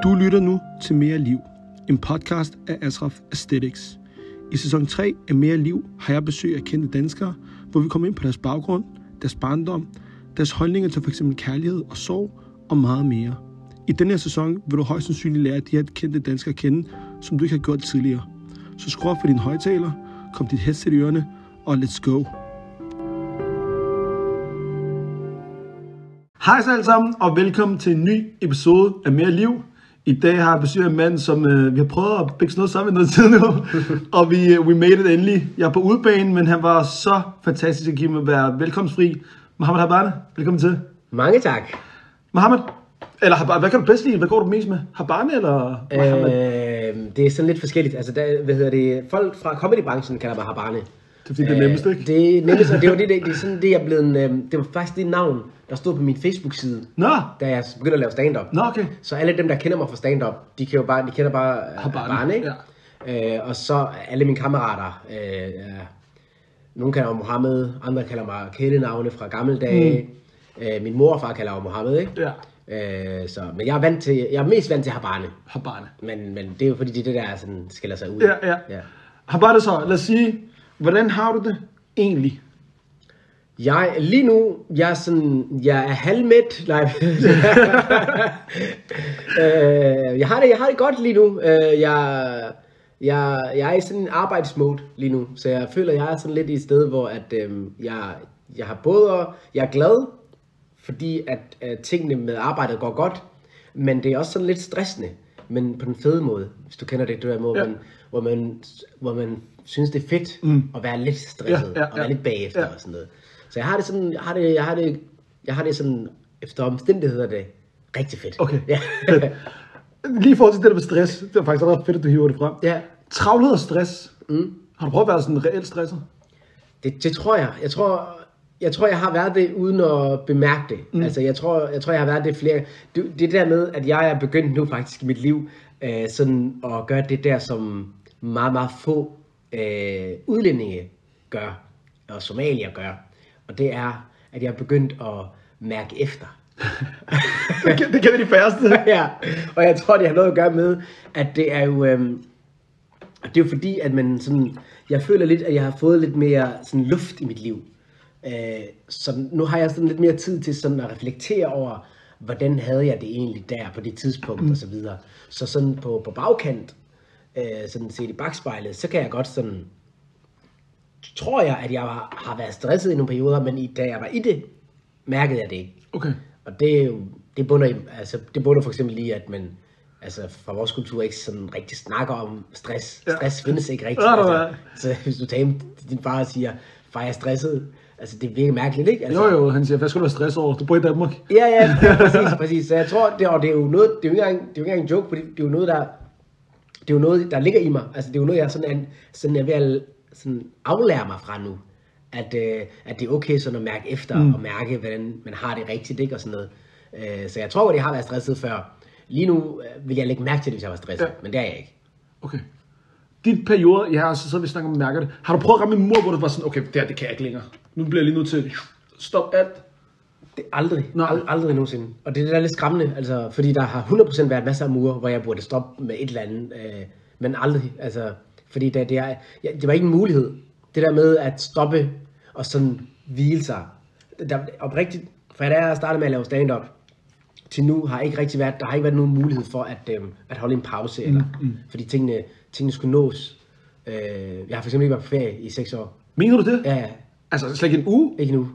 Du lytter nu til Mere Liv, en podcast af Ashraf Aesthetics. I sæson 3 af Mere Liv har jeg besøg af kendte danskere, hvor vi kommer ind på deres baggrund, deres barndom, deres holdninger til f.eks. kærlighed og sorg og meget mere. I denne her sæson vil du højst sandsynligt lære de her kendte danskere at kende, som du ikke har gjort tidligere. Så skru op for din højtaler, kom dit headset i ørerne, og let's go! Hej så alle sammen, og velkommen til en ny episode af Mere Liv. I dag har jeg besøg af en mand, som vi har prøvet at bygge noget sammen i noget tid nu, og we made it endelig. Jeg er på udebane, men han var så fantastisk at give mig at være velkomstfri. Mohammed Habane, velkommen til. Mange tak. Mohammed, eller Habane, hvad kan du bedst lide? Hvad går du mest med? Habane eller Mohammed? Det er sådan lidt forskelligt. Altså, folk fra comedybranchen kalder mig Habane. Det er fordi, det er nemmest, ikke? Det er nemmest, og det var det er sådan det, jeg blev det var faktisk det navn, der stod på min Facebook-side, da jeg begyndte at lave stand-up. Nå, okay. Så alle dem, der kender mig fra stand-up, de kender bare Habane, ikke? Ja. Og så alle mine kammerater, nogle kalder mig Mohammed, andre kalder mig kælenavne fra gamle dage. Min mor og far kalder mig Mohammed, ikke? Ja. Men jeg er mest vant til Habane. Men det er jo fordi, det der sådan skiller sig ud. Ja. Habane så, lad os sige, hvordan har du det egentlig? Lige nu, jeg er halvmæt. Nej. Jeg har det godt lige nu. Jeg er i sådan en arbejdsmode lige nu, så jeg føler, jeg er sådan lidt i et sted, hvor at, jeg har både, jeg er glad, fordi at tingene med arbejdet går godt, men det er også sådan lidt stressende, men på den fede måde, hvis du kender det der måde, hvor man synes det er fedt at være lidt stresset og være lidt bagefter og sådan noget. Så jeg har det sådan efter omstændigheder det rigtig fedt. Okay. Ja. Lige i forhold til det der med stress, det er faktisk ret fedt, at du hiver det frem. Ja. Travlhed og stress. Har du prøvet at være sådan reelt stresset? Det tror jeg. Jeg tror, jeg har været det uden at bemærke det. Altså, jeg tror, jeg har været det flere. Det der med, at jeg er begyndt nu faktisk i mit liv, sådan at gøre det der, som meget, meget få udlændinge gør, og somalier gør. Og det er, at jeg er begyndt at mærke efter. Det kender de færreste. Ja, og jeg tror, det har noget at gøre med, at det er jo... det er jo fordi, at man sådan... Jeg føler lidt, at jeg har fået lidt mere sådan luft i mit liv. Så nu har jeg sådan lidt mere tid til sådan at reflektere over, hvordan havde jeg det egentlig der på det tidspunkt og så videre. Så sådan på bagkant, sådan set i bagspejlet, så kan jeg godt sådan... Tror jeg, at jeg har været stresset i nogle perioder, men da jeg var i det, mærkede jeg det ikke. Okay. Og det bunder for eksempel i, at man fra vores kultur ikke sådan rigtig snakker om stress. Ja. Stress findes ikke rigtigt. Så hvis du tager hjem til din far og siger, far, jeg er stresset, det virker mærkeligt, ikke? Jo, han siger, hvad skal du være stresset over? Du bor i Danmark. Ja, præcis. Så jeg tror, det er jo noget, det er jo ikke engang en joke, fordi det er jo noget, der ligger i mig. Altså, det er jo noget, jeg sådan er ved at sådan aflære mig fra nu, at det er okay sådan at mærke efter og mærke, hvordan man har det rigtigt, ikke, og sådan noget. Så jeg tror, at jeg har været stresset før. Lige nu vil jeg lægge mærke til det, hvis jeg var stresset, men det er jeg ikke. Okay. Dit periode, så vi snakker om mærker det. Har du prøvet at ramme min mor, hvor du var sådan, okay, det kan jeg ikke længere. Nu bliver jeg lige nødt til at stoppe alt. Det aldrig. Aldrig nogensinde. Og det er det, der er lidt skræmmende, fordi der har 100% været masser af uger, hvor jeg burde stoppe med et eller andet, men aldrig, fordi det var ikke en mulighed. Det der med at stoppe og sådan hvile sig. Oprigtigt, fra da jeg startede med at lave stand-up, til nu har ikke rigtig været, der har ikke været nogen mulighed for at holde en pause, eller, fordi tingene skulle nås. Jeg har for eksempel ikke været på ferie i 6 år. Mener du det? Ja. Altså slet ikke en uge? Ikke en uge.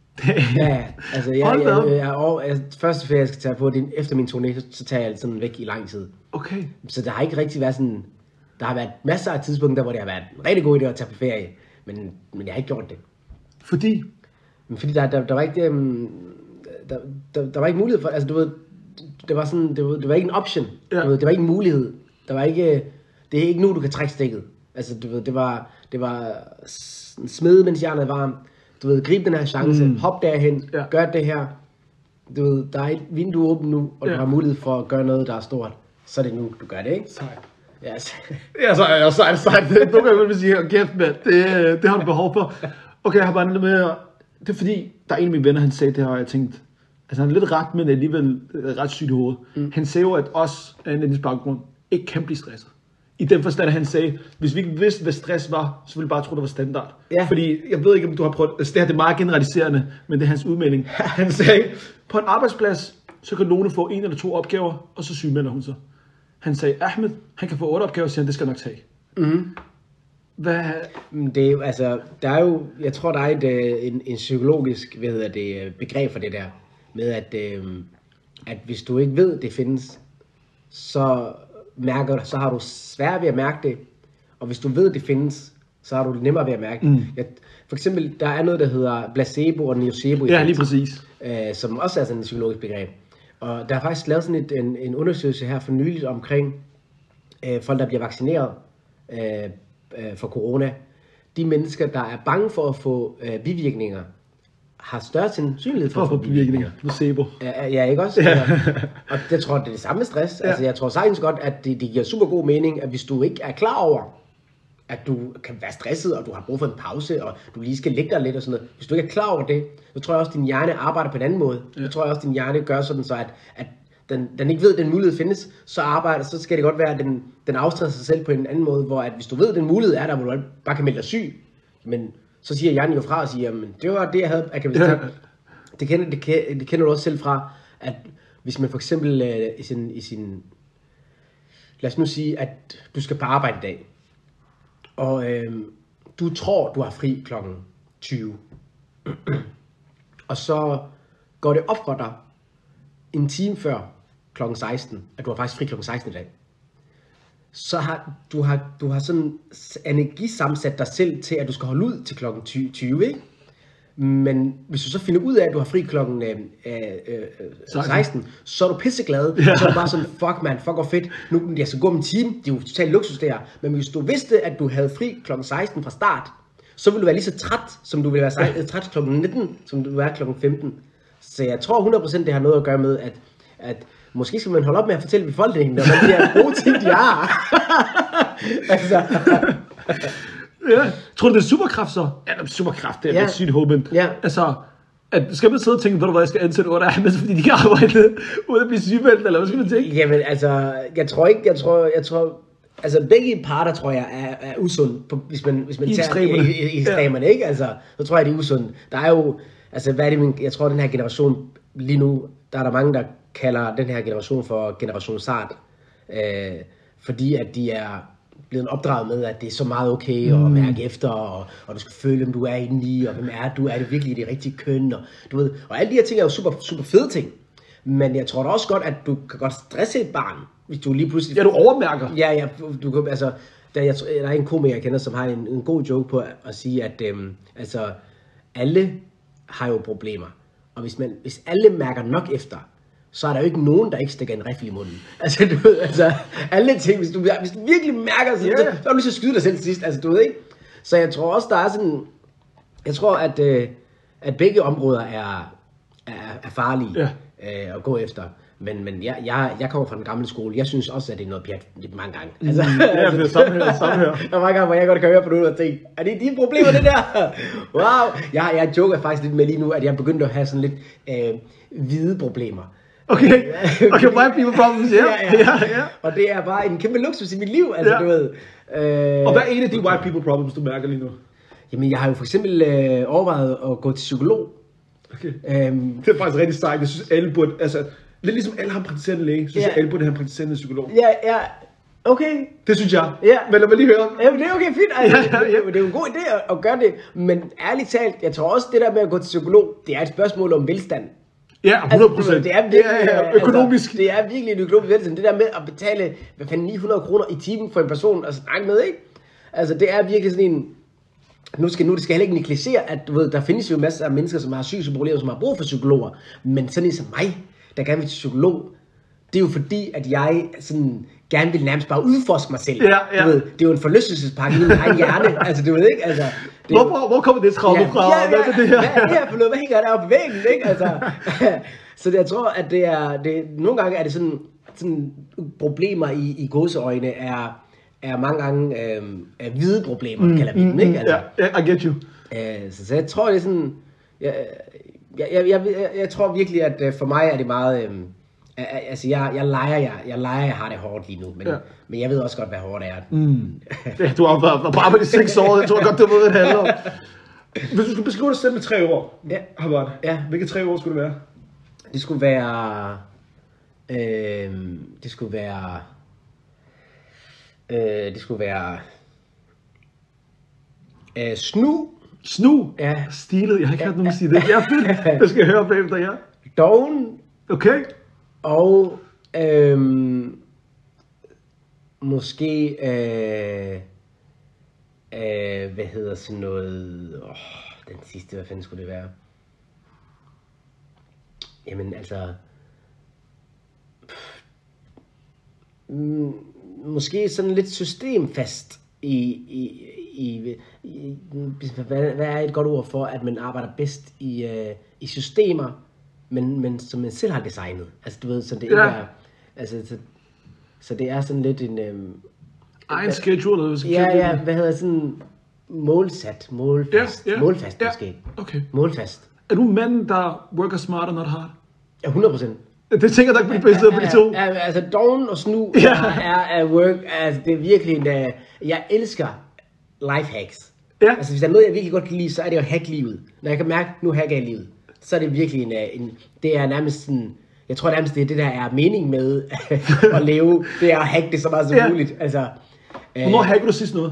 Første ferie, jeg skal tage på, efter min turné, så tager jeg sådan væk i lang tid. Okay. Så der har ikke rigtig været sådan... Der har været masser af tidspunkter, hvor det har været en rigtig god idé at tage på ferie, men jeg har ikke gjort det. Fordi? Fordi der var ikke der var ikke mulighed for, du ved, det var sådan, det var ikke en option. Ja. Du ved, det var ikke en mulighed. Det er ikke nu du kan trække stikket. Du ved, det var smede mens jernet er varmt. Du ved, grib den her chance, hop derhen, gør det her. Du ved, der er et vindue åbent nu, og du har mulighed for at gøre noget der er stort. Så er det nu du gør det, ikke? Sejt. Yes. Sejt. Nu kan jeg sige, kæft mand, det har du behov for. Okay, jeg har bare noget med, det er fordi, der er en af mine venner, han sagde det her, og jeg tænkte, altså han er lidt ret, men alligevel ret sygt i hovedet. Han sagde jo, at os af en etnisk baggrund ikke kan blive stresset. I den forstand, at han sagde, hvis vi ikke vidste, hvad stress var, så ville vi bare tro, det var standard. Ja. Fordi, jeg ved ikke, om du har prøvet, altså det her det er meget generaliserende, men det er hans udmelding. Han sagde, på en arbejdsplads, så kan Lone få 1 eller 2 opgaver, og så sygemelder hun sig. Han sagde, Ahmed, han kan få 8 opgaver, så det skal nok tage. Hvad? Det er jo, altså, der er jo, jeg tror, der er en psykologisk, begreb for det der, med at hvis du ikke ved, det findes, så har du svært ved at mærke det, og hvis du ved, det findes, så har du det nemmere ved at mærke det. For eksempel, der er noget, der hedder placebo og nocebo. Ja, lige præcis. Som også er sådan et psykologisk begreb. Og der er faktisk lavet sådan en undersøgelse her for nyligt omkring folk, der bliver vaccineret for corona. De mennesker, der er bange for at få bivirkninger, har større sandsynlighed for at få bivirkninger. Placebo. Ja, ikke også? Ja. Og det tror jeg, det er det samme stress. Ja. Altså, jeg tror sagtens godt, at det giver super god mening, at hvis du ikke er klar over, at du kan være stresset, og du har brug for en pause, og du lige skal lægge dig lidt og sådan noget. Hvis du ikke er klar over det, så tror jeg også, at din hjerne arbejder på en anden måde. Ja. Så tror jeg også, at din hjerne gør sådan, så at den ikke ved, at den mulighed findes, så skal det godt være, at den afstresser sig selv på en anden måde, hvor at hvis du ved, at den mulighed er der, hvor du bare kan melde dig syg, men så siger hjernen jo fra og siger, men det var det, jeg havde af kapacitet. Det kender du også selv fra, at hvis man for eksempel i sin lad os nu sige, at du skal på arbejde i dag, og du tror, du har fri klokken 20, og så går det op for dig en time før klokken 16, at du har faktisk fri klokken 16 i dag. Så har du har sådan energisammensat dig selv til, at du skal holde ud til klokken 20, ikke? Men hvis du så finder ud af, at du har fri klokken 16, så er du pisseglad. Ja. Så er du bare sådan, fuck hvor fedt. Nu jeg skal gå om en time. Det er jo totalt luksus der. Men hvis du vidste, at du havde fri klokken 16 fra start, så ville du være lige så træt, som du ville være træt klokken 19, som du ville være klokken 15. Så jeg tror 100% det har noget at gøre med, at måske skal man holde op med at fortælle befolkningen, at man bliver gode ting, de har. Altså. Ja. Tror du, det er superkraft så? Ja, det er superkraft, det er lidt sygt håbent. Ja. Altså, skal man sidde og tænke, ved du hvad, jeg skal ansætte 8 af, fordi de kan arbejde uden at blive sygemeldt, eller hvad skal man tænke? Jamen altså, jeg tror, altså begge parter, tror jeg, er usund, hvis man tager i ekstremerne, ikke? Altså, så tror jeg, det er usund. Der er jo, altså, hvad er det, jeg tror, den her generation, lige nu, der er der mange, der kalder den her generation for generation sart, fordi at de er blevet opdraget med, at det er så meget okay at mærke efter, og du skal føle, om du er indeni, og hvem er du, er det virkelig det rigtige køn, og du ved, og alle de her ting er jo super, super fede ting, men jeg tror da også godt, at du kan godt stresse et barn, hvis du lige pludselig... Ja, du overmærker. Ja, du kan, altså, der er en komiker, jeg kender, som har en god joke på at sige, at altså, alle har jo problemer, og hvis alle mærker nok efter, så er der jo ikke nogen, der ikke stikker en riffel i munden. Altså, du ved, altså, alle ting, hvis du virkelig mærker sådan, så er du lige så skyde dig selv til sidst, altså, du ved ikke? Så jeg tror også, der er sådan, jeg tror, at begge områder er farlige at gå efter. Men jeg kommer fra den gamle skole. Jeg synes også, at det er noget pjat mange gange. Altså, ja, det er samme her. Der er mange gange, hvor jeg godt kan høre på noget og tænke, er det dine problemer, det der? Wow! Jeg joker faktisk lidt med lige nu, at jeg er begyndt at have sådan lidt hvide problemer. Okay, white people problems, ja. Og det er bare en kæmpe luksus i mit liv, altså, du ved. Og hvad er en af de white people problems, du mærker lige nu? Jamen, jeg har jo for eksempel overvejet at gå til psykolog. Okay. Det er faktisk rigtig sejt. Jeg synes, alle burde, altså, lidt ligesom alle har en praktiserende læge, synes jeg, alle burde have en praktiserende psykolog. Ja, okay. Det synes jeg. Ja. Men lad mig lige høre. Jamen, det er okay, fint. Altså, det er jo en god idé at gøre det, men ærligt talt, jeg tror også, det der med at gå til psykolog, det er et spørgsmål om velstand. Ja, 100%. Altså, det er virkelig, økonomisk. Altså, det er virkelig en økonomisk velstand. Det der med at betale, 900 kroner i timen for en person at snakke med, ikke? Altså, det er virkelig sådan en... Nu skal heller ikke negligere, at du ved, der findes jo masser af mennesker, som har psykiske problemer, som har brug for psykologer. Men sådan en som mig, der gerne vil til psykolog, det er jo fordi, at jeg sådan gerne vil nærmest bare udforske mig selv. Ja. Du ved, det er jo en forlystelsespakke i min egen hjerne. Altså, du ved ikke, altså... Hvor kommer det traume fra? Hvad er det her for noget? Hvad hænger der oppe på væggen, ikke? Altså, så jeg tror, at det er nogle gange er det sådan problemer i gåseøjne er mange gange hvide problemer, kalder vi dem, ikke? Altså, I get you. Så jeg tror, det er sådan... Jeg tror virkelig, at for mig er det meget... altså, jeg leger, jeg har det hårdt lige nu, men jeg ved også godt, hvad hårdt er. Ja, du har været på arbejde i 6 år, jeg tror godt, du ved, hvad det handler om. Hvis du skulle beskrive dig selv med 3 år, Harbart, hvilke 3 år skulle det være? Det skulle være... Det skulle være... Snu. Snu? Ja. Stilet, jeg har ikke hørt nogen sige det. Ja, fedt. Det skal jeg høre bagefter, ja. Doven. Okay. Og måske hvad hedder sådan noget, den sidste, hvad fanden skulle det være? Jamen altså, måske sådan lidt systemfast hvad er et godt ord for, at man arbejder bedst i systemer, men som man selv har designet. Altså du ved, så det ikke er, altså så det er sådan lidt en egen schedule, eller hvad skal ja, hvad hedder sådan målfast måske. Okay. Målfast. Er du manden, der worker smart og not hard? Ja, 100%. Det tænker jeg, der kan blive bedst på de to. Altså doven og snu er work, altså det er virkelig en, jeg elsker lifehacks. Ja. Altså hvis der er noget, jeg virkelig godt kan lide, så er det at hacke livet. Når jeg kan mærke, nu hacker jeg livet, så er det virkelig det er nærmest sådan, jeg tror nærmest det er det, der er mening med at leve, det er at hacke det så meget som muligt. Altså, hvornår hacker du sidst noget?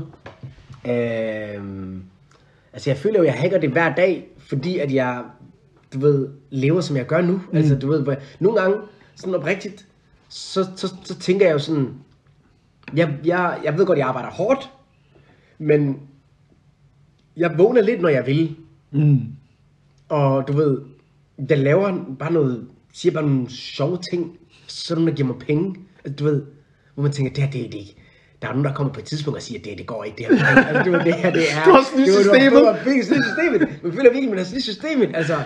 Altså jeg føler jo, jeg hacker det hver dag, fordi at jeg, du ved, lever som jeg gør nu. Altså du ved, nogle gange, sådan oprigtigt, så tænker jeg jo sådan, jeg ved godt, jeg arbejder hårdt, men jeg vågner lidt, når jeg vil. Og du ved, jeg laver bare noget, siger bare nogle sjove ting, så nogen, der giver mig penge. Altså, du ved, hvor man tænker, det er det ikke. Der er nogen, der kommer på et tidspunkt og siger, det går ikke, det her. Altså, det er. Du har snydt systemet. Du har snydt systemet. Man føler virkelig, man har snydt systemet. Altså,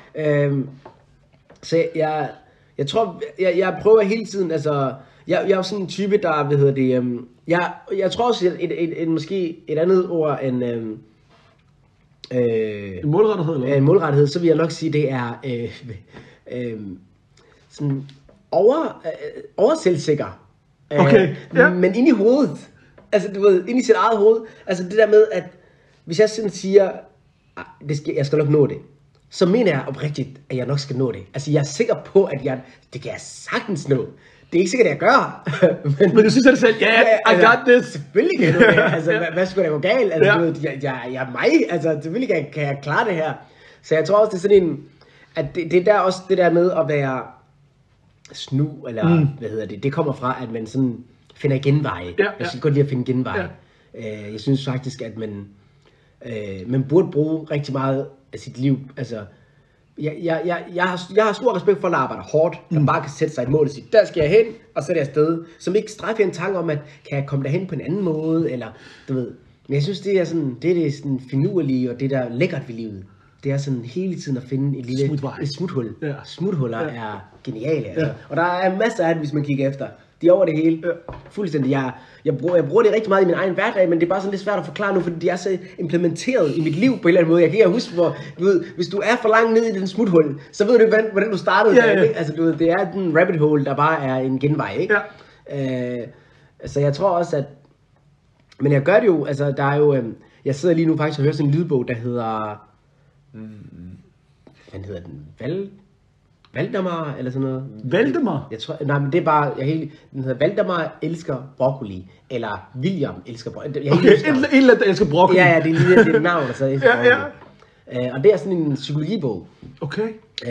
så jeg tror, jeg prøver hele tiden, altså, jeg er jo sådan en type, der, hvad hedder det, jeg tror også, måske et andet ord end, en målrettighed, eller? En målrettighed, så vil jeg nok sige, det er sådan overselvsikker. Okay, Men inde i hovedet. Altså, du ved, inde i sit eget hoved. Altså, det der med, at hvis jeg sådan siger, jeg skal nok nå det, så mener jeg oprigtigt, at jeg nok skal nå det. Altså, jeg er sikker på, at det kan jeg sagtens nå. Det er ikke sikkert, at jeg gør. Men du synes at selv, I got this. Selvfølgelig kan jeg nå det. Altså, hvad skulle der gå galt? Altså, du ved, jeg er mig. Altså, selvfølgelig kan jeg klare det her. Så jeg tror også, det er sådan en, at det er der også det der med at være snu, eller hvad hedder det, det kommer fra, at man sådan finder genveje. Jeg synes godt lide at finde genveje. Jeg synes faktisk, at man burde bruge rigtig meget af sit liv. Altså, jeg har stor respekt for, at arbejde hårdt, der bare kan sætte sig et mål og sige, der skal jeg hen, og så er det afsted. Som ikke straffer en tanke om, at kan jeg komme derhen på en anden måde, eller du ved. Men jeg synes, det er sådan, det sådan finurlige, og det der lækkert ved livet. Det er sådan hele tiden at finde et lille smuthul. Ja. Smuthuller er geniale, altså. Og der er masser af det, hvis man kigger efter. De er over det hele. Fuldstændig. Jeg bruger det rigtig meget i min egen hverdag, men det er bare sådan lidt svært at forklare nu, fordi de er så implementeret i mit liv på en eller anden måde. Jeg kan ikke huske, hvor, du ved, hvis du er for langt ned i den smuthul, så ved du hvordan du startede. Ikke? Altså, du ved, det er den rabbit hole, der bare er en genvej. Ikke? Så jeg tror også, at... Men jeg gør det jo, altså der er jo... Jeg sidder lige nu faktisk og hører sådan en lydbog, der hedder... Hvad hedder den? Valdemar eller sådan noget. Valdemar? Jeg tror, nej, men det er bare, den hedder Valdemar elsker broccoli, eller William elsker broccoli. Okay, en eller anden, der elsker broccoli. Ja, det er et navn, der så elsker broccoli. Og det er sådan en psykologibog, okay.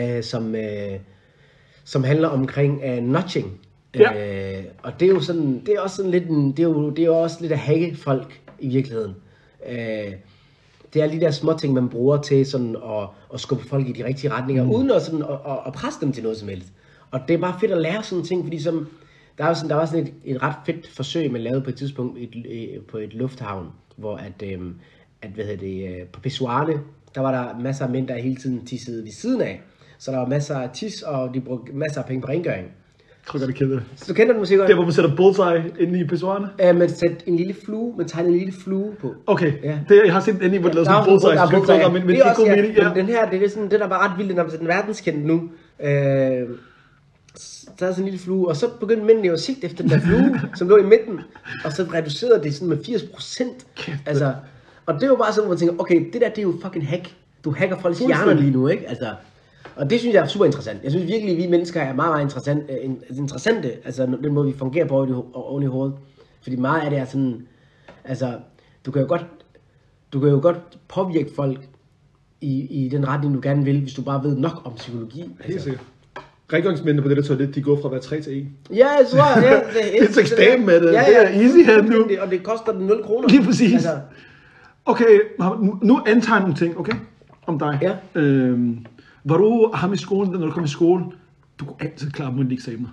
Som handler omkring nudging. Og det er jo sådan, det er også sådan lidt, det er jo også lidt at hacke folk i virkeligheden. Det er lige der små ting, man bruger til sådan at skubbe folk i de rigtige retninger, uden at, sådan, at presse dem til noget som helst. Og det er bare fedt at lære sådan ting, fordi som, der var sådan et ret fedt forsøg, man lavede på et tidspunkt på et lufthavn, hvor på pissoirerne, der var der masser af mænd, der hele tiden tissede ved siden af. Så der var masser af tis, og de brugte masser af penge på rengøring. tror godt, jeg kender det. Så du kender den måske godt? Der, hvor man sætter bullseye inde i pissoirerne? Man sætter en lille flue, man tegner en lille flue på. Okay, ja. Det, jeg har set inde i, hvor det laver sådan en bullseye. Men det er også, ja. Den her, det er sådan, det der var ret vildt, når man sætter den verdenskendt nu. Så er sådan en lille flue, og så begyndte mændene jo at sigte efter den der flue, som lå i midten, og så reducerede det sådan med 80%. Altså, og det var bare sådan, hvor man tænker, okay, det der, det er jo fucking hack. Du hacker folks hjerner lige nu, ikke? Altså, og det synes jeg er super interessant. Jeg synes virkelig, at vi mennesker er meget, meget interessante, altså den måde, vi fungerer på oven i hovedet. Fordi meget af det er sådan, altså, du kan jo godt påvirke folk i den retning, du gerne vil, hvis du bare ved nok om psykologi. Helt sikkert. Rengøringsmændene på det der toilet, de går fra at være 3 til 1. Ja, jeg tror, ja. Det er så ekstremt med det. Ja, det er easy her nu. Og det koster 0 kroner. Lige præcis. Altså. Okay, nu antager nogle ting, okay? Om dig. Ja. Var du ham i skolen, når du kom i skole? Du kunne altid klare mundtlige eksamener.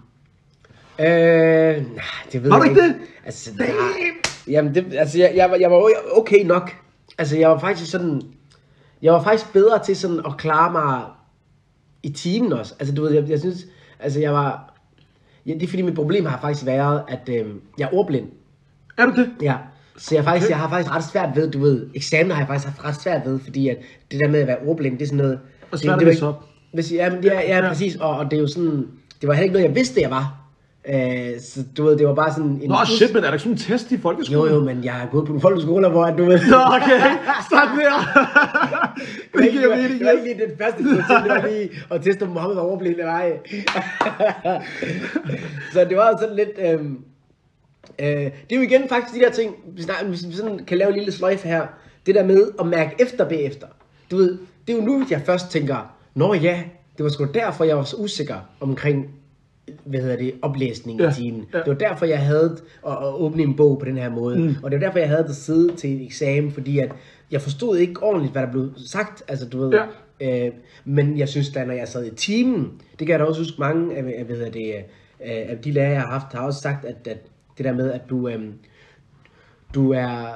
Nej, det ved var jeg ikke. Var du ikke det? Altså, jamen, jeg var okay nok. Altså, jeg var faktisk bedre til sådan at klare mig i timen også. Altså, du ved, jeg synes, altså, det er fordi, mit problem har faktisk været, at jeg er ordblind. Er du det? Ja. Så jeg har faktisk ret svært ved, du ved, eksamener har jeg faktisk haft ret svært ved, fordi at det der med at være ordblind, det er sådan noget... Og svært at læse op. Ja, præcis, og det er jo sådan, det var heller ikke noget, jeg vidste, jeg var. Så du ved, det var bare sådan... Nå, shit, men er der ikke sådan en test i folkeskolen? Jo, men jeg har gået på nogle folkeskoler, hvor du ved... Nå, okay, start der! Det var ikke lige den første kvalitet, det var lige at teste, om Mohammed var overblind eller ej. Så det var sådan lidt... det er jo igen faktisk de der ting, hvis vi sådan kan lave en lille sløjfe her, det der med at mærke efter bagefter. Du ved, det er jo nu, jeg først tænker, nå ja, det var sgu derfor, jeg var så usikker omkring, oplæsning i timen. Ja. Det var derfor, jeg havde at åbne en bog på den her måde, og det var derfor, jeg havde at sidde til et eksamen, fordi at jeg forstod ikke ordentligt, hvad der blev sagt, altså du ved, men jeg synes da, når jeg sad i timen, det kan jeg da også huske mange af de lærere, jeg har haft, har også sagt, at det der med, at du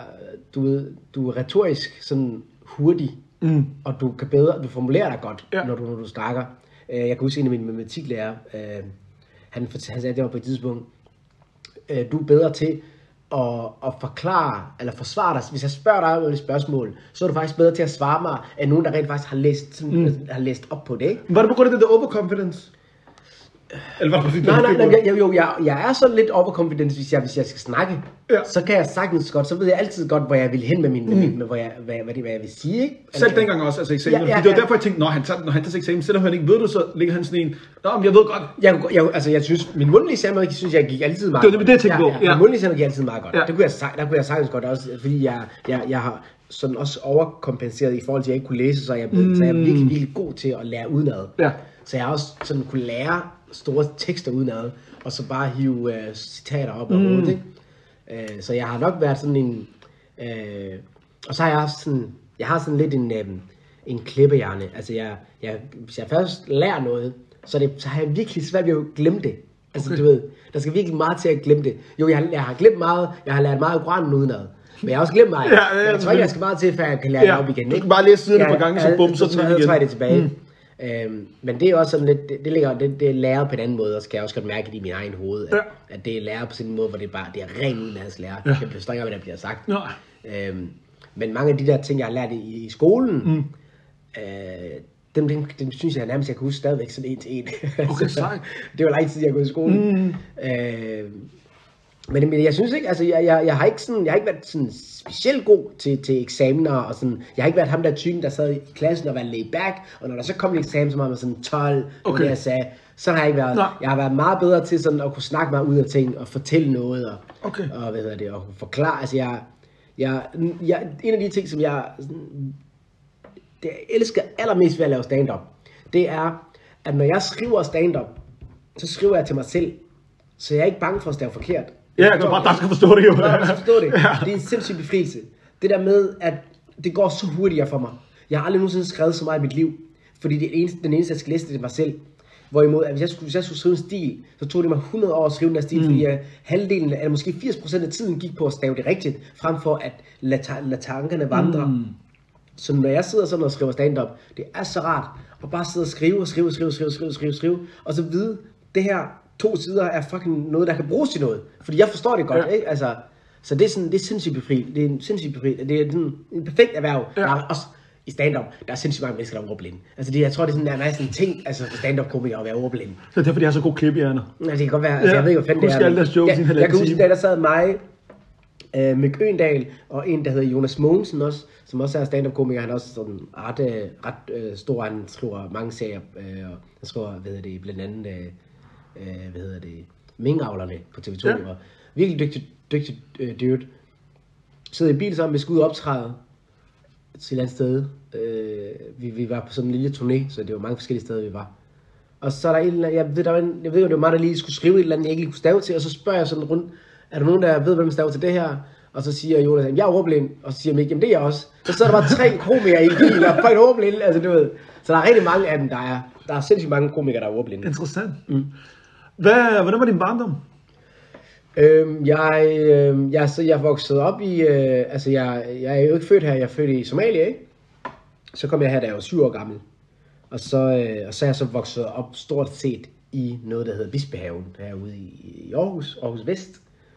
er retorisk sådan hurtig, og du formulerer dig godt, når du snakker. Jeg kan huske en af mine matematiklærer, han sagde, at det var på et tidspunkt, du er bedre til at forklare, eller forsvare dig. Hvis jeg spørger dig om et spørgsmål, så er du faktisk bedre til at svare mig, end nogen, der rent faktisk har læst op på det, ikke? Var det på grund af det der overconfidence? Eller Nej, jeg er sådan lidt overconfident, hvis jeg skal snakke. Ja. Så kan jeg sagtens godt, så ved jeg altid godt, hvor jeg vil hen med hvad jeg vil sige, ikke? Selv dengang også, altså eksamen. Det var derfor, jeg tænkte, når han tager eksamen, selvom han ikke ved du, så ligger han sådan en, men jeg ved godt. Jeg synes, min mundtlige eksamen, synes jeg gik altid meget godt. Det jeg tænkte på. Min mundtlige eksamen gik altid meget godt. Der kunne jeg sagtens godt også, fordi jeg har sådan også overkompenseret i forhold til, at jeg ikke kunne læse, så jeg virkelig, virkelig god til at lære udenad. Ja. Så jeg også sådan kunne lære store tekster udenad, og så bare hive citater op og hovedet, ikke? Så jeg har nok været sådan en... og så har jeg også sådan... Jeg har sådan lidt en klippehjerne. Altså, hvis jeg først lærer noget, så har jeg virkelig svært ved at glemme det. Altså, du ved, der skal virkelig meget til at glemme det. Jo, jeg har glemt meget. Jeg har lært meget af Koranen udenad. Men jeg har også glemt meget. Jeg tror ikke, jeg skal meget til, før jeg kan lære det op igen. Du kan bare læse siden på gangen, så bum, så tager jeg det tilbage. Men det er også sådan lidt, det er læret på en anden måde, og så kan jeg også godt mærke det i min egen hoved, at det er læret på sådan en måde, hvor det er rent udenlands lærer. Jeg forstår ikke, hvad der bliver sagt. Men mange af de der ting, jeg har lært i skolen, dem synes jeg nærmest, jeg kan huske stadigvæk sådan en til en. Okay, sejt. Det var lang tid, jeg har gået i skolen. Men jeg synes ikke, altså jeg har ikke været sådan specielt god til eksamener, og sådan, jeg har ikke været ham der typen, der sad i klassen og var laid back, og når der så kom en eksamen, så var man sådan 12, og det jeg sagde, så har jeg ikke været. Jeg har været meget bedre til sådan at kunne snakke mig ud af ting, og fortælle noget, og og forklare, altså en af de ting, som jeg elsker allermest ved at lave stand-up, det er, at når jeg skriver stand-up, så skriver jeg til mig selv, så jeg er ikke bange for at stave forkert. Ja, du bare der skal forstå det jo. Der skal forstå det. Det er en sindssyg befrielse. Det der med, at det går så hurtigere for mig. Jeg har aldrig nogensinde skrevet så meget i mit liv, fordi den eneste, jeg skal læse, det er mig selv. Hvorimod, at hvis jeg skulle skrive en stil, så tog det mig 100 år at skrive den her stil, fordi halvdelen, eller måske 80% af tiden gik på at stave det rigtigt, frem for at lade tankerne vandre. Så når jeg sidder sådan og skriver stand-up, det er så rart at bare sidde og skrive, og så vide, det her, 2 sider er fucking noget, der kan bruges til noget. Fordi jeg forstår det godt, ikke? Altså, så det er sådan, det er sindssygt befriende. Det er en sindssygt befriende. Det er en perfekt erhverv. Ja. Der er også i stand-up, der er sindssygt mange mennesker, der er ordblinde. Altså, jeg tror, det er sådan, en ting, altså for stand-up-komikere at være ordblinde. Så det er, fordi jeg har så god klip-hjerner. Ja, det kan godt være. Altså, jeg ved ikke, hvad fanden det er. Husk alle deres jokes i en halvanden time. Jeg kan huske, der sad mig, Mick Øgendal, og en, der hedder Jonas Mogensen også, som også er stand-up-komiker. Han er også sådan ret stor. Han skriver mange serier, og han skriver, blandt andet, Minkavlerne på TV2. Ja. Og virkelig dygtig dude. Sidder i bil sammen, vi skulle ud og optræde til et andet sted. Vi var på sådan en lille turné, så det var mange forskellige steder, vi var. Og så er der en eller anden, jeg ved, det var mig, der lige skulle skrive et eller andet, jeg ikke lige kunne stave til, og så spørger jeg sådan rundt, er der nogen, der ved, hvem staver til det her? Og så siger Jonas, jeg er ordblind, og så siger Mick, jamen det er jeg også. Så er der bare 3 komikere i en bil, og folk ordblinde, altså du ved. Så der er rigtig mange af dem, der er sindssygt mange komikere, der er ordblinde. Interessant. Hvordan var din barndom? Jeg voksede op i, jeg er jo ikke født her, jeg er født i Somalia, ikke? Så kom jeg her, da jeg var 7 år gammel. Og så er jeg så vokset op stort set i noget, der hedder Bispehaven, herude i Aarhus Vest.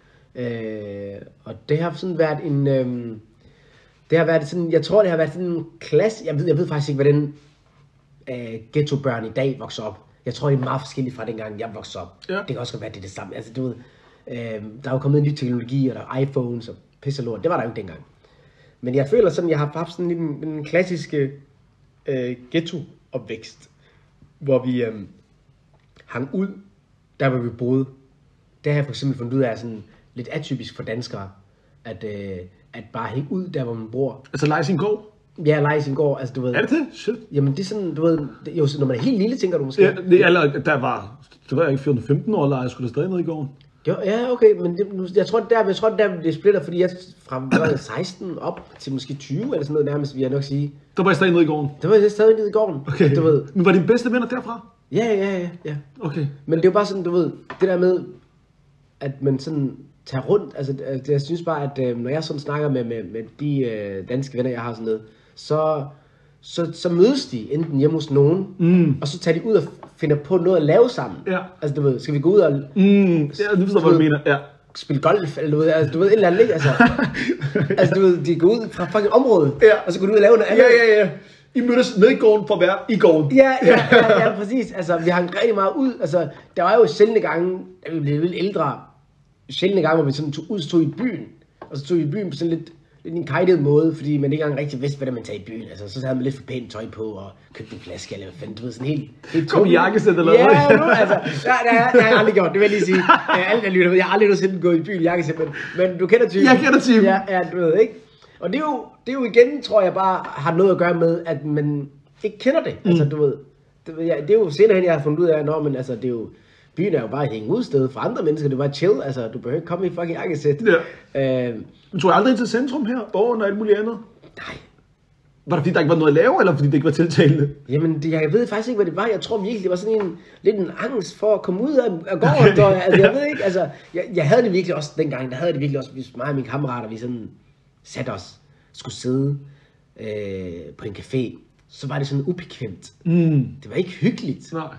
Og det har sådan været det har været sådan, jeg tror det har været sådan en klasse, jeg ved faktisk ikke, hvordan ghettobørn i dag vokser op. Jeg tror, det er meget forskelligt fra dengang, jeg voksede op. Ja. Det kan også være, det er det samme. Altså, du ved, der er jo kommet en ny teknologi, og der er iPhones og pisse lort. Det var der jo ikke dengang. Men jeg føler sådan, jeg har haft sådan en klassiske ghetto-opvækst, hvor vi hang ud, der hvor vi boede. Der har jeg for eksempel fundet ud af sådan lidt atypisk for danskere, at bare hænge ud der, hvor man bor. Altså lege sin gård? Ja, lege sin gård, altså du ved. Er det det? Shit. Jamen det er sådan, du ved, jo, når man er helt lille, tænker du måske. Ja, der var jeg ikke 14-15 år, eller jeg skulle da stadig ned i gården. Ja, okay, men jeg tror, der blev splitter, fordi jeg fra 16 op til måske 20 eller sådan noget nærmest, vil jeg nok sige. Der var jeg stadig nede i gården? Der var jeg stadig nede i gården, okay. Du ved. Men var dine bedste venner derfra? Ja. Okay. Men det er jo bare sådan, du ved, det der med, at man sådan tager rundt, altså jeg synes bare, at når jeg sådan snakker med de danske venner, jeg har sådan noget, så mødes de enten hjemme hos nogen, og så tager de ud og finder på noget at lave sammen. Ja. Altså du ved, skal vi gå ud og... Ja, du forstår, hvad du mener. Ja. Spille golf, eller du ved, et eller andet, ikke? Altså du ved, de går ud fra fucking området, og så går de ud og laver noget andet. Ja. I mødtes ned i gården for at være i gården. Ja, præcis. Altså, vi hang rigtig meget ud. Altså, der var jo sjældne gange, da vi blev lidt ældre, hvor vi sådan tog i byen. Og så tog vi i byen på sådan lidt en kajtet måde, fordi man ikke engang rigtig vidste, hvad man tager i byen. Altså, så havde man lidt for pænt tøj på, og købte en flaske, eller hvad fanden, du ved, sådan helt kom i jakkesæt eller noget? Ja, nu, altså, det har jeg aldrig gjort, det vil jeg lige sige. Alle der lytter, jeg har aldrig nogensinde gået i byen i jakkesæt, men du kender typen. Jeg kender typen. Ja, du ved, ikke? Og det er jo igen, tror jeg bare, har noget at gøre med, at man ikke kender det. Altså, du ved, det er jo senere hen, jeg har fundet ud af, men altså, det er jo, byen er jo bare et hængeudssted for andre mennesker, det er bare chill, altså, du behøver ikke komme i fucking jakkesæt. Ja. Men tror jeg aldrig ind til centrum her, borgen og alt muligt andet? Nej. Var det fordi, der ikke var noget at lave, eller fordi det ikke var tiltalende? Jamen, jeg ved faktisk ikke, hvad det var. Jeg tror virkelig, det var sådan lidt en angst for at komme ud af gården. Altså, jeg ved ikke, altså, jeg havde det virkelig også dengang, hvis mig og mine kammerater, vi sådan satte os, skulle sidde på en café, så var det sådan ubekvemt. Det var ikke hyggeligt. Nej.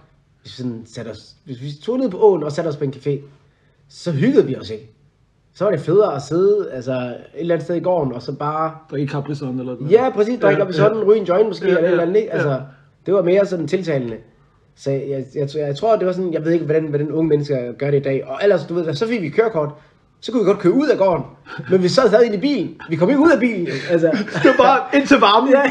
Hvis vi tog ned på åen og satte os på en café, så hyggede vi os ikke. Så var det federe at sidde altså, et eller andet sted i gården, og så bare... Drikke Capri-Sun eller noget. Ja, præcis. Drikke Capri-Sun, ryge en joint måske, eller et eller andet, ikke? Altså, det var mere sådan tiltalende. Så jeg tror, det var sådan... Jeg ved ikke, hvordan unge mennesker gør det i dag. Og ellers, du ved, så fik vi kørekort. Så kunne vi godt køre ud af gården. Men vi sad ind i bilen. Vi kom ikke ud af bilen. Altså. Det var bare ind til varmen. Ja.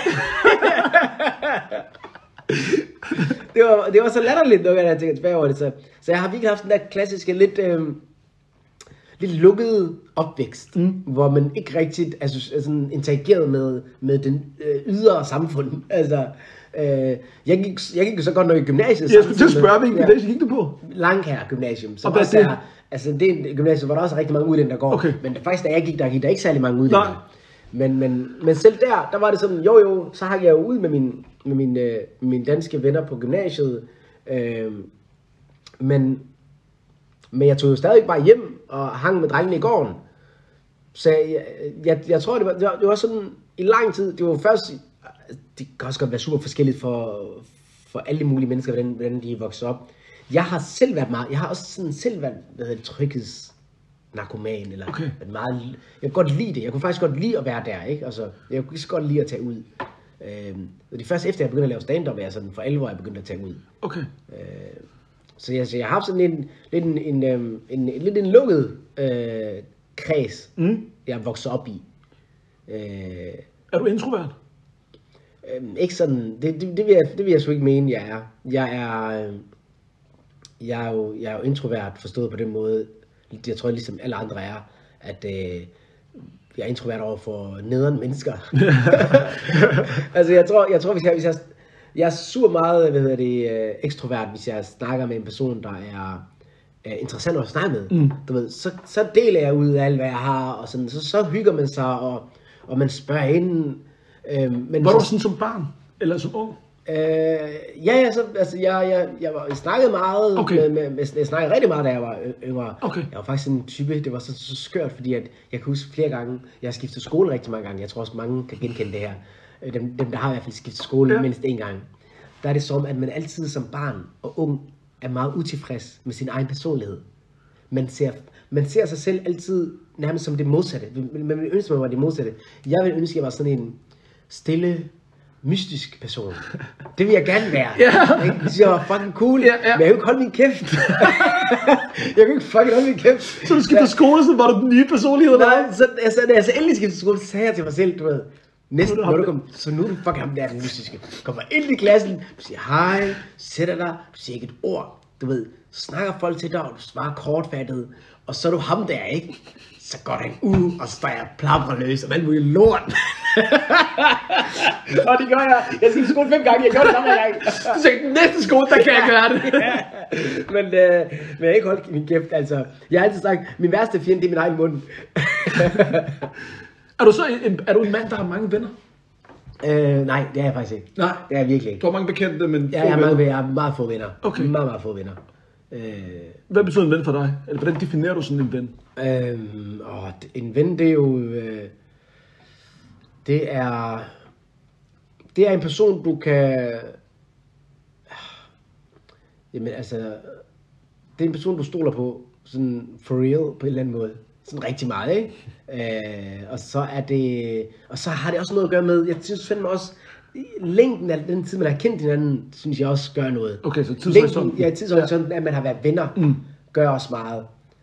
det var så latterligt, når jeg tænker tilbage over det. Så jeg har virkelig haft den der klassiske, lidt lukkede opvækst, hvor man ikke rigtig sådan interagerede med den ydre samfund. Altså, jeg gik så godt nok i gymnasiet. Jeg skulle til at spørge, hvilken gymnasium gik du på? Langkær Gymnasium. Som også er, altså det er en gymnasium, hvor der også er rigtig mange udlændinge, der går. Okay. Men faktisk, da jeg gik, der gik der ikke særlig mange udlændinge. Men selv der var det sådan, jo, så hang jeg jo ud med mine danske venner på gymnasiet. Men jeg tog jo stadig bare hjem og hang med drengene i gården. Så jeg tror, det var sådan i lang tid. Det var først, det kan også godt være super forskelligt for alle mulige mennesker, hvordan de er vokset op. Jeg har selv været meget, jeg har også sådan selv været tryghedsnarkoman, eller været meget, jeg kunne godt lide det, jeg kunne faktisk godt lide at være der, ikke? Altså, jeg kunne så godt lide at tage ud. Det er først efter jeg begyndte at lave stand-up, jeg sådan for alvor jeg begyndte at tage ud. Okay. Så jeg har haft sådan lidt en lukket kreds, jeg vokset op i. Er du introvert? Ikke sådan, det vil jeg sgu ikke mene, jeg er. Jeg er jo introvert, forstået på den måde, jeg tror ligesom alle andre er, at jeg er introvert over for nederen mennesker. Altså jeg tror hvis jeg er super meget, ekstrovert, hvis jeg snakker med en person, der er interessant at snakke med. Du ved, så deler jeg ud af alt, hvad jeg har, og sådan, så hygger man sig, og man spørger inden. Men var du sådan som barn, eller som ung? Jeg snakkede meget, jeg snakkede rigtig meget, da jeg var yngre. Okay. Jeg var faktisk en type, det var så skørt, fordi at jeg kan huske flere gange, jeg har skiftet skole rigtig mange gange, jeg tror også mange kan genkende det her. Dem der har i hvert fald skiftet skole mindst en gang. Der er det som, at man altid som barn og ung er meget utilfreds med sin egen personlighed. Man ser sig selv altid nærmest som det modsatte. Man vil ønske, man var det modsatte. Jeg vil ønske, at jeg var sådan en stille, mystisk person. Det vil jeg gerne være. Yeah. Jeg synes, jeg var fucking cool, men jeg kan ikke holde min kæft. Jeg kan ikke fucking holde min kæft. Så du skiftede skole, så var du den nye personlighed? Nej, da jeg så endelig skiftede skole, så sagde jeg til mig selv, du ved, næsten, når du kommer, så nu er du fucking ham der, den mystiske. Kommer ind i klassen, du siger hej, sætter dig, du siger ikke et ord, du ved, så snakker folk til dig, og du svarer kortfattet, og så er du ham der, ikke? Så går der en uge, og så står jeg plapperløs, og man må jo lort. Og det gør jeg. Jeg skal i skole 5 gange, jeg gør det samme gang. Du sagde, den næste skole, der kan jeg gøre det. Men jeg har ikke holdt min kæft, altså. Jeg har altid sagt, min værste fjende, det er min egen mund. Er du en mand, der har mange venner? Nej, det er jeg faktisk ikke. Nej? Det er jeg virkelig ikke. Du har mange bekendte, men jeg har meget få venner. Okay. Meget få venner. Hvad betyder en ven for dig? Eller hvordan definerer du sådan en ven? En ven, det er jo... Det er en person, du kan... Jamen altså... Det er en person, du stoler på, sådan for real, på en eller anden måde. Sådan rigtig meget, ikke? Og så har det også noget at gøre med... Jeg synes fandme også... Længden af den tid, man har kendt hinanden, synes jeg også gør noget. Okay, så tidshorisonten. Ja, tidshorisonten, at man har været venner, gør også meget.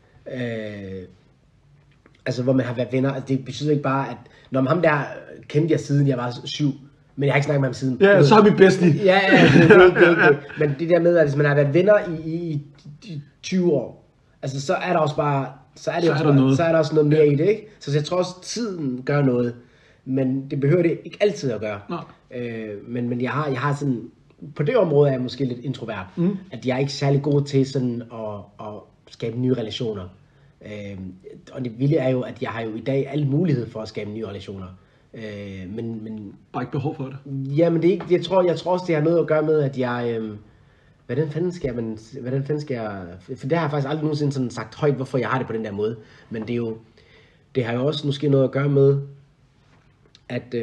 Altså, hvor man har været venner. Altså, det betyder ikke bare, at... Når ham der kendte jeg siden jeg var 7, men jeg har ikke snakket med ham siden. Ja, så er vi bedst lige. Ja, det. Men det der med, at hvis man har været venner i 20 år, altså, så er der også bare... Så er der også noget mere i det, ikke? Så jeg tror også, tiden gør noget. Men det behøver det ikke altid at gøre. Men jeg har sådan... På det område er jeg måske lidt introvert. At jeg er ikke særlig god til sådan at skabe nye relationer. Og det vilde er jo, at jeg har jo i dag alle muligheder for at skabe nye relationer. Men bare ikke behov for det. Ja, men det er ikke, jeg tror også, det har noget at gøre med, at jeg... Hvordan fanden skal jeg... For det har jeg faktisk aldrig nogensinde sådan sagt højt, hvorfor jeg har det på den der måde. Men det er jo... Det har jo også måske noget at gøre med, at...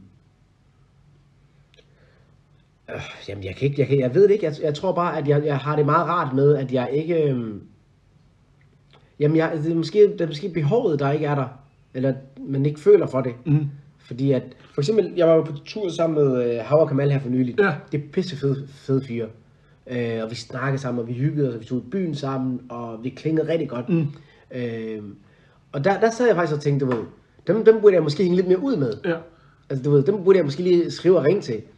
Jamen, jeg ved det ikke. Jeg tror bare, at jeg har det meget rart med, at jeg ikke... Jamen, det er måske behovet, der ikke er der. Eller man ikke føler for det. Fordi at... For eksempel, jeg var jo på tur sammen med Hav og Kamal her for nylig. Ja. Det er pisse fede fyre. Og vi snakkede sammen, og vi hyggede os, og vi tog i byen sammen, og vi klingede rigtig godt. Og der sad jeg faktisk og tænkte, du ved, dem burde jeg måske hænge lidt mere ud med. Ja. Altså, du ved, dem burde jeg måske lige skrive og ringe til.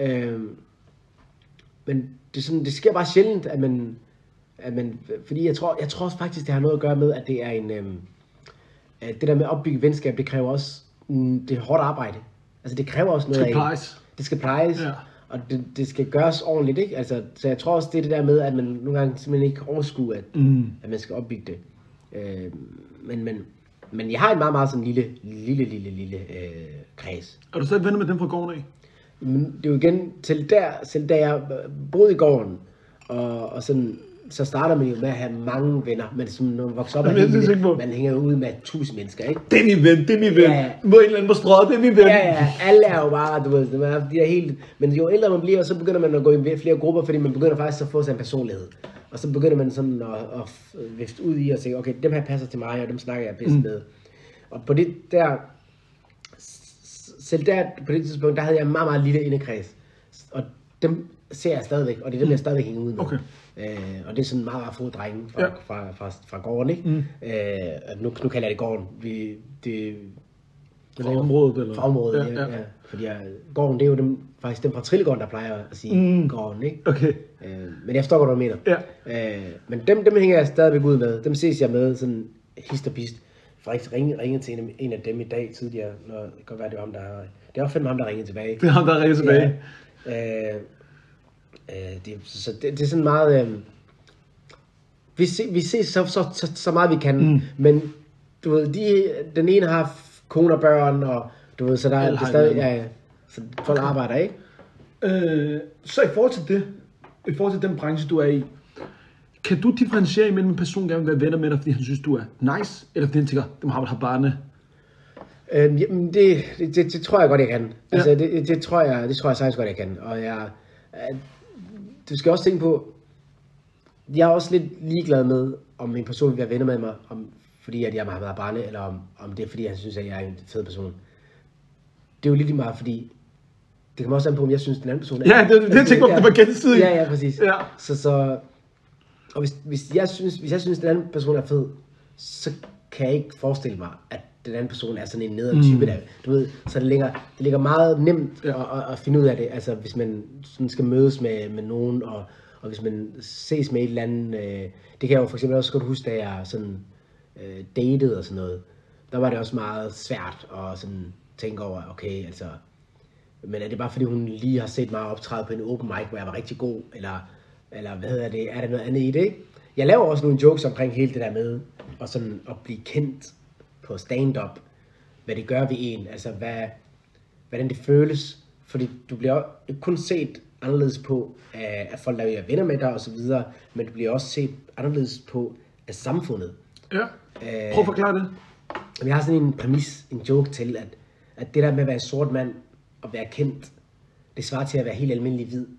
Men det sker bare sjældent, at man fordi jeg tror faktisk, det har noget at gøre med, at det er en... det der med at opbygge venskab, det kræver også... det er hårdt arbejde. Altså, det kræver også noget af... Det skal plejes. Ja. Og det skal gøres ordentligt, ikke? Altså, så jeg tror også, det er det der med, at man nogle gange simpelthen ikke overskue, at man skal opbygge det. Men jeg har en meget, meget sådan lille kreds. Er du stadig venner med dem fra gården af? Men det er jo igen, selv da jeg boede i gården, og sådan, så starter man jo med at have mange venner, men som når man vokser op, man hænger jo ud med 1000 mennesker, ikke? Det er min ven, Ja. Må en eller anden på strøget, det er min ven. Ja, alle er jo bare, du ved, de er helt... Men jo ældre man bliver, så begynder man at gå i flere grupper, fordi man begynder faktisk at få sig en personlighed. Og så begynder man sådan at vifte ud i og sige, okay, dem her passer til mig, og dem snakker jeg bedst med. Og på det der, selv der, på det tidspunkt, der havde jeg en meget, meget lille indekreds. Og dem ser jeg stadigvæk, og det er dem, jeg stadigvæk hænger ud med. Okay. Og det er sådan meget, meget få drenge fra gården, ikke? Nu kalder jeg det gården. Fra området, eller? Fra området, ja. Fordi gården, det er jo faktisk dem fra Trillegården, der plejer at sige gården, ikke? Okay. Men jeg forstår godt, hvad du mener. Ja. Men dem hænger jeg stadigvæk ud med. Dem ses jeg med sådan hist og pist. Faktisk ringet til en af dem i dag tidligere, når det kan godt være, det var ham, der har... Det var fandme ham, der ringede tilbage. Det er ham, der ringede tilbage. Det er sådan meget... Vi ses så meget vi kan, men du ved, den ene har kone og børn, og du ved, så der er stadig... så folk arbejder, ikke? Så i forhold til den branche, du er i, kan du differentiere imellem en person, der gerne vil være venner med dig, fordi han synes, du er nice, eller fordi han tænker, dem har barne? Det tror jeg godt, jeg kan. Ja. Altså, det tror jeg sagtens godt, jeg kan. Og du skal også tænke på, jeg er også lidt ligeglad med, om en person vil være venner med mig, fordi at jeg har været barne, eller om det er, fordi han synes, at jeg er en fed person. Det er jo lidt meget, fordi det kommer også an på, om jeg synes, den anden person er... Ja, det tænker jeg, det var gensidigt. Ja, præcis. Ja. Og hvis jeg synes, den anden person er fed, så kan jeg ikke forestille mig, at den anden person er sådan en nederen type der. Du ved, så det ligger meget nemt at finde ud af det. Altså hvis man sådan skal mødes med nogen, og hvis man ses med et eller andet. Det kan jeg jo for eksempel også godt huske, da jeg sådan datede og sådan noget. Der var det også meget svært at sådan tænke over, okay, altså, men er det bare fordi hun lige har set mig optræde på en open mic, hvor jeg var rigtig god, eller hvad hedder det, er der noget andet i det, ikke? Jeg laver også nogle jokes omkring hele det der med, og sådan at blive kendt på stand-up, hvad det gør ved en, altså hvordan det føles, fordi du bliver ikke kun set anderledes på af folk, der er venner med dig og så videre, men du bliver også set anderledes på af samfundet. Ja, prøv at forklare det. Jeg har sådan en præmis, en joke til, at det der med at være sort mand og være kendt, det svarer til at være helt almindelig hvid.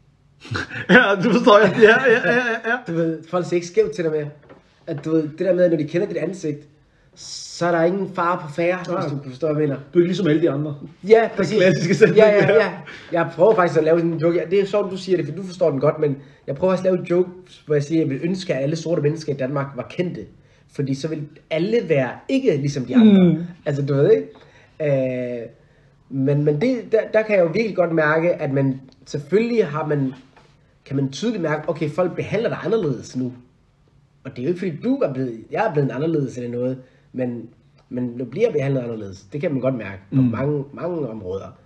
Ja, du forstår jeg. Ja. Du ved, folk ser ikke skævt til dig med. At du ved, det der med, at når de kender dit ansigt, så er der ingen fare på færre, hvis du forstår, hvad jeg mener. Du er ikke ligesom alle de andre. Ja, præcis. Klassiske sætning. Ja. Jeg prøver faktisk at lave sådan en joke. Det er sjovt, du siger det, for du forstår den godt, men jeg prøver også at lave en joke, hvor jeg siger, at jeg vil ønske, at alle sorte mennesker i Danmark var kendte. Fordi så vil alle være ikke ligesom de andre. Altså, du ved ikke? Men det, der kan jeg jo virkelig godt mærke, at man selvfølgelig kan man tydeligt mærke, okay, folk behandler dig anderledes nu. Og det er jo ikke fordi jeg er blevet anderledes eller noget, men du bliver behandlet anderledes. Det kan man godt mærke på mange områder.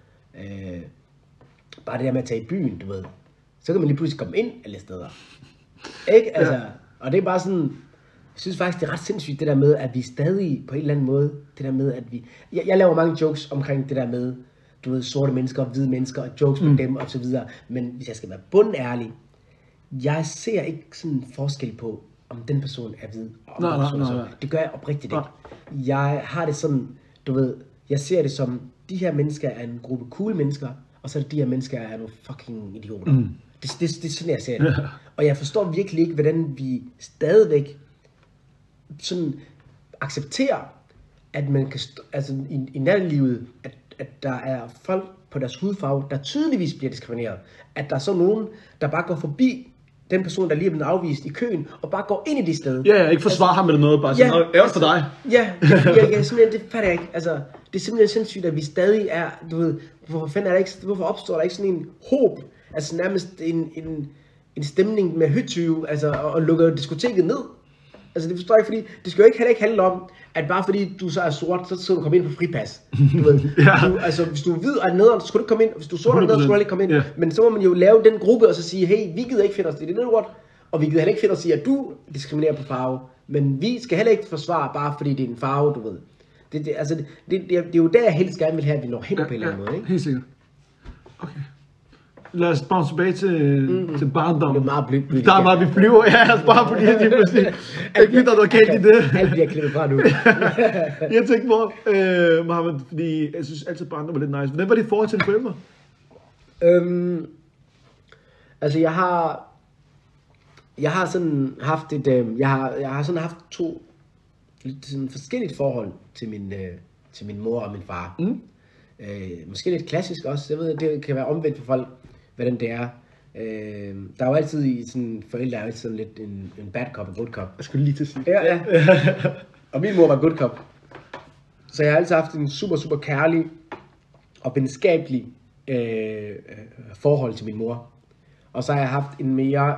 Bare det der med at tage i byen, du ved. Så kan man lige pludselig komme ind alle steder. Ikke? Altså, ja. Og det er bare sådan, jeg synes faktisk, det er ret sindssygt det der med, at vi stadig på en eller anden måde, det der med, at vi... Jeg laver mange jokes omkring det der med, du ved, sorte mennesker og hvide mennesker, og jokes med dem og så videre. Men hvis jeg skal være bundærlig, jeg ser ikke sådan en forskel på, om den person er hvid, og om den person er sort. Det gør jeg oprigtigt ikke. Jeg har det sådan, du ved, jeg ser det som, de her mennesker er en gruppe cool mennesker, og så er det de her mennesker er nogle fucking idioter. Det er sådan, jeg ser det. Og jeg forstår virkelig ikke, hvordan vi stadigvæk sådan accepterer, at man kan, altså i nattelivet, at der er folk på deres hudfarve, der tydeligvis bliver diskrimineret. At der er så nogen, der bare går forbi den person, der lige er blevet afvist i køen, og bare går ind i det sted. Ja, ikke forsvarer ham eller noget, bare sådan, er for dig. Ja, simpelthen, det fatter jeg ikke. Altså, det er simpelthen sindssygt, at vi stadig er, du ved, hvorfor opstår der ikke sådan en håb, altså nærmest en stemning med høtyve, altså, og lukker diskoteket ned. Altså det forstår jeg ikke, fordi det skal jo heller ikke handle om, at bare fordi du så er sort, så skal du komme ind på fripas. Du ved, altså hvis du er hvid og neder, så skal du ikke komme ind, hvis du er sort og neder, så skal du ikke komme ind. Men så må man jo lave den gruppe og så sige, hey, vi gider ikke finde os i det lort, og vi gider heller ikke finde os i, at du diskriminerer på farve. Men vi skal heller ikke forsvare, bare fordi det er en farve, du ved. Det er jo der, jeg helst gerne vil have, at vi når hen på en eller anden måde, ikke? Helt sikkert. Okay. Lad os bare tilbage til barndom. Det er meget blygt. Der er meget, vi flyver. Ja, altså bare fordi det pludselig ikke der er noget galt i det. Alt bliver klippet fra nu. Jeg tænkte på, Mohammed, fordi jeg synes altid barndom var lidt nice. Hvordan var det i forhold til dine forældre? Altså jeg Jeg har sådan haft jeg har sådan haft to lidt sådan forskelligt forhold til min mor og min far. Måske lidt klassisk også. Jeg ved, det kan være omvendt for folk, hvordan det er. Der er jo altid i sådan forældre er jo altid sådan lidt en bad cop og good cop. Jeg skulle lige til at sige. Ja. Og min mor var good cop. Så jeg har altid haft en super, super kærlig og venskabelig forhold til min mor. Og så har jeg haft en mere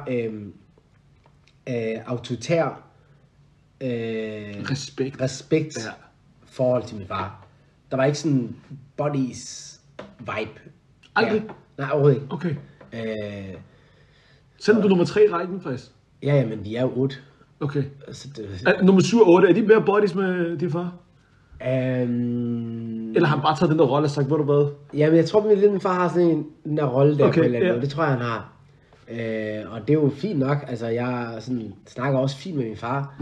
autoritær respekt forhold til min far. Der var ikke sådan buddies vibe. Aldrig? Nej, overhovedet ikke. Okay. Selvom du er nummer 3 i rækken, faktisk? Ja, men de er jo 8. Okay. Altså, nummer 7 og 8, er de mere buddies med din far? Eller har han bare taget den der rolle og sagt, hvor du hvad? Jamen, jeg tror, at min far har sådan den der rolle der på en eller anden måde. Det tror jeg, han har. Og det er jo fint nok. Altså, jeg sådan, snakker også fint med min far.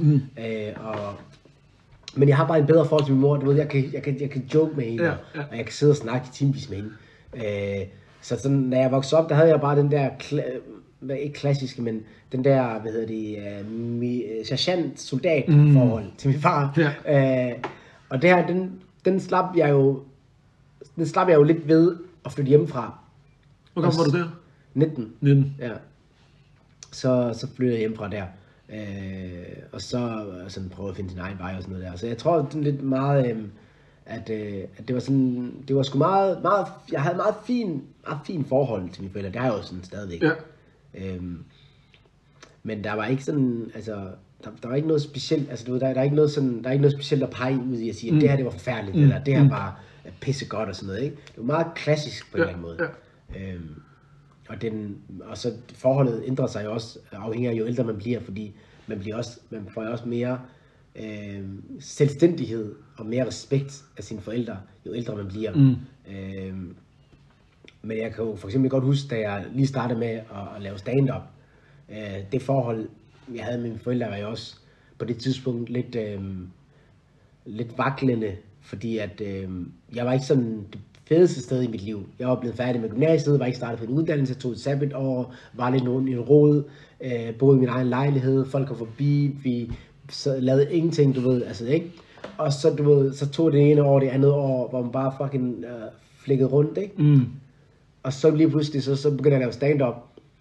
Men jeg har bare en bedre forhold til min mor. Du ved, jeg kan joke med hende, og jeg kan sidde og snakke i timevis med hende. Så sådan, når jeg voksede op, der havde jeg bare den der, ikke klassiske, men den der, sergeant-soldat forhold til min far. Og det her, den slap jeg jo lidt ved at flytte hjemmefra. Hvor gammel var du der? 19. Ja. Så flyttede jeg hjemmefra der. Og så sådan prøvede at finde sin egen vej og sådan noget der. Så jeg tror det lidt meget, at det var sådan, det var sgu meget, jeg havde meget fin forhold til mine forældre. Det har jeg jo sådan stadigvæk. Ja. Men der var ikke sådan, altså, der var ikke noget specielt, altså du ved, der er ikke noget specielt at pege ud i at sige, at det her det var forfærdeligt, eller det her var pisse godt og sådan noget, ikke? Det var meget klassisk på en eller anden måde. Og så forholdet ændrer sig jo også afhængig af jo ældre man bliver, fordi man får også mere selvstændighed og mere respekt af sine forældre, jo ældre man bliver. Men jeg kan jo for eksempel godt huske, da jeg lige startede med at lave stand-up, det forhold, jeg havde med mine forældre, var jo også på det tidspunkt lidt vaklende, fordi at jeg var ikke sådan det fedeste sted i mit liv. Jeg var blevet færdig med gymnasiet, var ikke startet på en uddannelse, tog et sabbatår, var lidt i en råd, boede i min egen lejlighed, folk kom forbi, vi lavede ingenting, du ved, altså ikke? Og så, du ved, så tog det ene år, det andet år, hvor man bare fucking flækkede rundt, ikke? Og så lige pludselig, så begynder jeg at lave stand-up.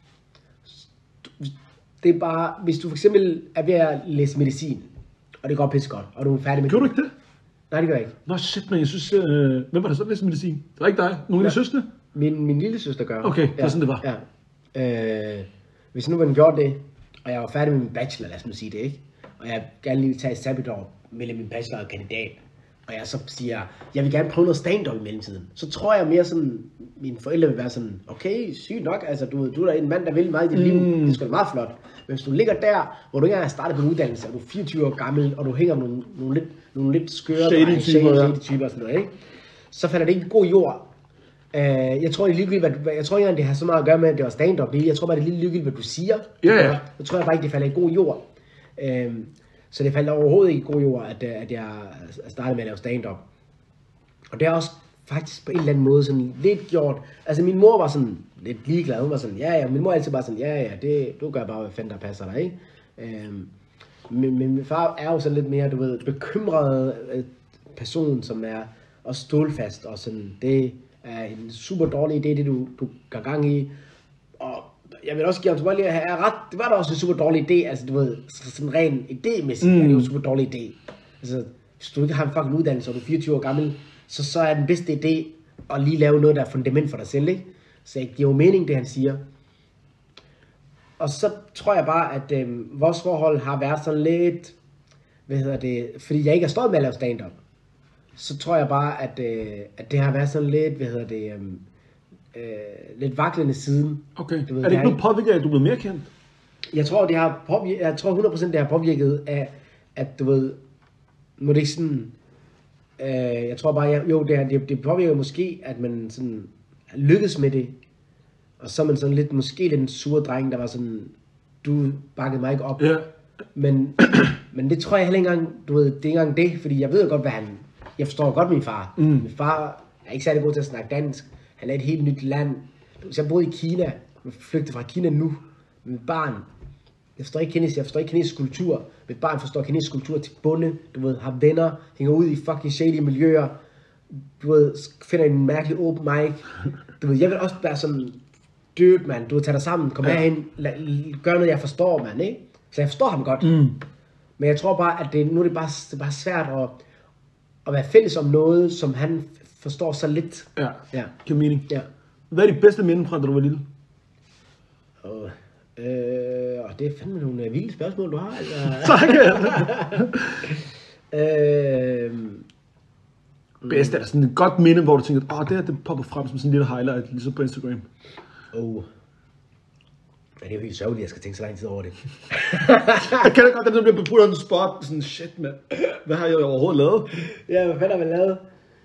Det er bare, hvis du for eksempel er ved at læse medicin, og det går pisse godt, og du er færdig med... Gjorde du ikke det? Nej, det gør jeg ikke. Nå shit, men jeg synes... hvem var der så læst medicin? Det var ikke dig? Nogle af dine søstre? Min lille søster gør. Okay, det er sådan, det var. Ja. Hvis nu man gjorde det, og jeg var færdig med min bachelor, lad os nu sige det, ikke? Og jeg gerne lige tage et sabbatår mellem min bachelor og kandidat, og jeg så siger, jeg vil gerne prøve noget stand-up i mellemtiden, så tror jeg mere sådan, mine forældre vil være sådan, okay, sygt nok, altså du er da en mand, der vil meget i dit liv, det er sgu da meget flot. Men hvis du ligger der, hvor du ikke engang har startet på en uddannelse, og du er 24 år gammel, og du hænger nogle lidt skøre, shady typer og sådan noget, ikke? Så falder det ikke i god jord. Jeg tror ikke engang, det har så meget at gøre med, at det var stand-up. Jeg tror bare, det er lidt ligegyldigt, hvad du siger. Yeah. Så tror jeg bare ikke, det falder i god jord. Så det falder overhovedet ikke i god jord, at jeg startede med at lave stand-up. Og det er også faktisk på en eller anden måde sådan lidt gjort. Altså min mor var sådan lidt ligeglad. Hun var sådan, ja, min mor er altid bare sådan, ja, du gør bare, hvad fanden der passer dig, ikke? Men min far er jo sådan lidt mere, du ved, bekymret person, som er også stålfast, og sådan, det er en super dårlig idé, det du går gang i. Og jeg vil også give ham tilbage at have ret, det var da også en super dårlig idé, altså du ved, sådan ren idémæssigt er det jo en super dårlig idé. Altså, hvis du ikke har en fucking uddannelse, og du er 24 år gammel, så er den bedste idé at lige lave noget, der er fundament for dig selv, ikke? Så det giver jo mening, det han siger. Og så tror jeg bare, at vores forhold har været sådan lidt, fordi jeg ikke er stolt med at lave stand-up, så tror jeg bare, at det har været sådan lidt, lidt vaklende siden. Okay. Du ved, er det ikke blevet påvirket af, at du er blevet mere kendt? Jeg tror, jeg tror 100% det har påvirket af, at du ved, må det ikke sådan, jeg tror bare, det påvirker måske, at man sådan lykkes med det, og så er man sådan lidt, måske lidt en sur dreng, der var sådan, du bakkede mig ikke op. Yeah. Men det tror jeg heller ikke engang, du ved, det er ikke engang det, fordi jeg ved jo godt, jeg forstår godt min far. Min far er ikke særlig god til at snakke dansk. Han er et helt nyt land. Hvis jeg boede i Kina, jeg flygtede fra Kina nu, med mit barn, Jeg forstår ikke kinesisk kultur. Mit barn forstår kinesisk kultur til bunde. Du ved, har venner, hænger ud i fucking shady miljøer. Du ved, finder en mærkelig open mic. Du ved, jeg vil også være sådan, dude, man. Du ved, tage dig sammen, kom herhen, gør noget, jeg forstår, man, ikke? Så jeg forstår ham godt. Men jeg tror bare, at nu er det bare svært at være fælles om noget, som han forstår så lidt. Ja. Giver mening. Ja. Hvad er dit bedste minde fra, da du var lille? Det er fandme nogle vilde spørgsmål, du har. Altså. Tak. Bedste er sådan et godt minde, hvor du tænker, det popper frem som sådan en lille highlight, ligesom på Instagram. Ja, det er jo helt sørgeligt, at jeg skal tænke så lang tid over det. Jeg kender godt, at det bliver bebudt on the spot. Sådan, shit, mand. Hvad har jeg overhovedet lavet? Ja, hvad fanden har man lavet?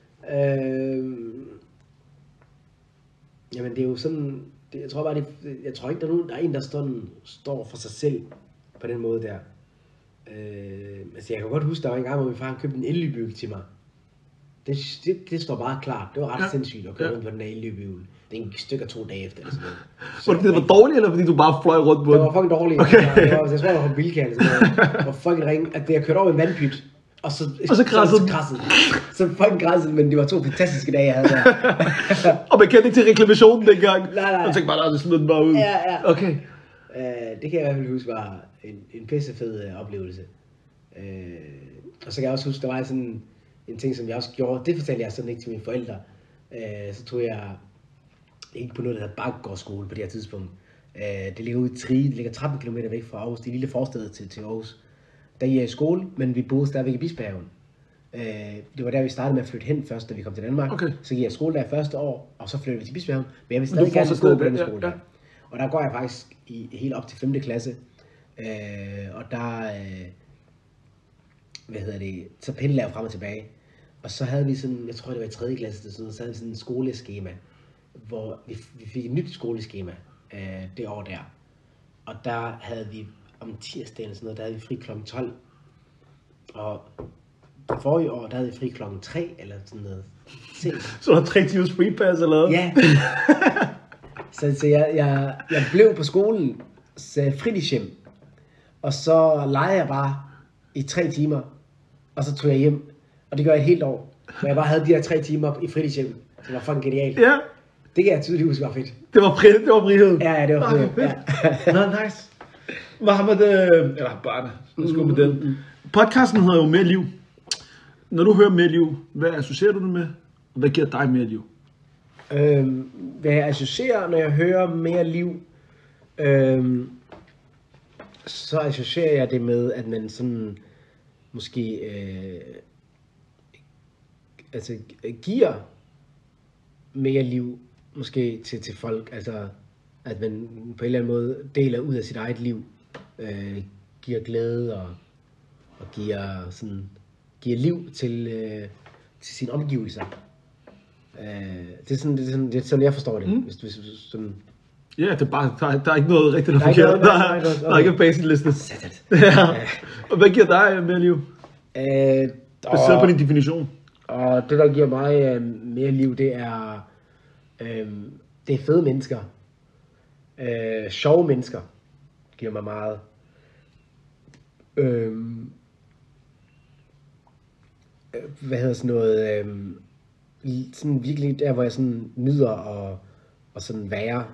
Jamen, det er jo sådan... Jeg tror bare, jeg tror ikke, der er en, der står for sig selv på den måde der. Altså, jeg kan godt huske, der var en gang, hvor min far købte en elløbehjul til mig. Det står bare klart. Det var ret sindssygt at køre rundt på den der elløbehjul. Det er en stykke 2 dage efter. Eller sådan noget. Var det var dårligt, eller fordi du bare fløj rundt på den? Det var fucking dårligt. Okay. Jeg tror, jeg var på bilkald. Det var fucking ringe. At jeg kørte over en vandpyt. Og så krassede. Så fucking krassede, men det var 2 fantastiske dage, jeg havde der. Og man kendte ikke til reklamationen dengang? Nej. Jeg tænkte bare, det smed den bare ud. Ja. Okay. Det kan jeg i hvert fald huske var en pissefed oplevelse. Og så kan jeg også huske, der var sådan en ting, som jeg også gjorde. Det fortalte jeg sådan ikke til mine forældre. Så tog jeg ikke på noget, der hedder Bakkegårdsskole på det her tidspunkt. Det ligger ude i Trige, det ligger 13 km væk fra Aarhus. Det er en lille forstad til Aarhus. Der er jeg i skole, men vi boede stadigvæk i Bispehaven. Det var der, vi startede med at flytte hen først, da vi kom til Danmark. Okay. Så gik jeg i skole der første år, og så flyttede vi til Bispehaven. Men jeg vil stadig gerne gå på den skole der. Og der går jeg faktisk helt op til 5. klasse. Og der, så pendler jeg frem og tilbage. Og så havde vi sådan, jeg tror det var i 3. klasse, så havde vi sådan en skoleskema, hvor vi fik et nyt skoleskema det år der. Og der havde vi om tirsdagen sådan noget, der havde vi fri kl. 12. Og det forrige år, der havde vi fri kl. 3 eller sådan noget. Så der var 3 timers free pass eller noget? Ja. Så jeg blev på skolen fritidshjem. Og så legede jeg bare i 3 timer. Og så tog jeg hjem. Og det gør jeg et helt år. Hvor jeg bare havde de her 3 timer i fritidshjem. Det var fucking genialt. Ja. Det kan jeg tydeligt huske var fedt. Det var frihed. Ja, det var frihed. Nå, nice. Hvad har man det? Eller bare skub med den. Podcasten hedder jo Mere Liv. Når du hører Mere Liv, hvad associerer du det med? Og hvad giver dig mere liv? Hvad jeg associerer, når jeg hører Mere Liv, så associerer jeg det med, at man sådan måske giver mere liv måske til folk, altså at man på en eller anden måde deler ud af sit eget liv, giver glæde og giver liv til sine omgivelser. Det er sådan jeg forstår det. Hvis du sådan. Ja, det er bare, der er ikke noget rigtigt eller forkert. Der er ikke en basisliste. Ja. Og hvad giver dig mere liv? Baseret på din definition. Og det, der giver mig mere liv, det er fede mennesker. Sjove mennesker giver mig meget. Sådan virkelig der, hvor jeg sådan nyder og sådan være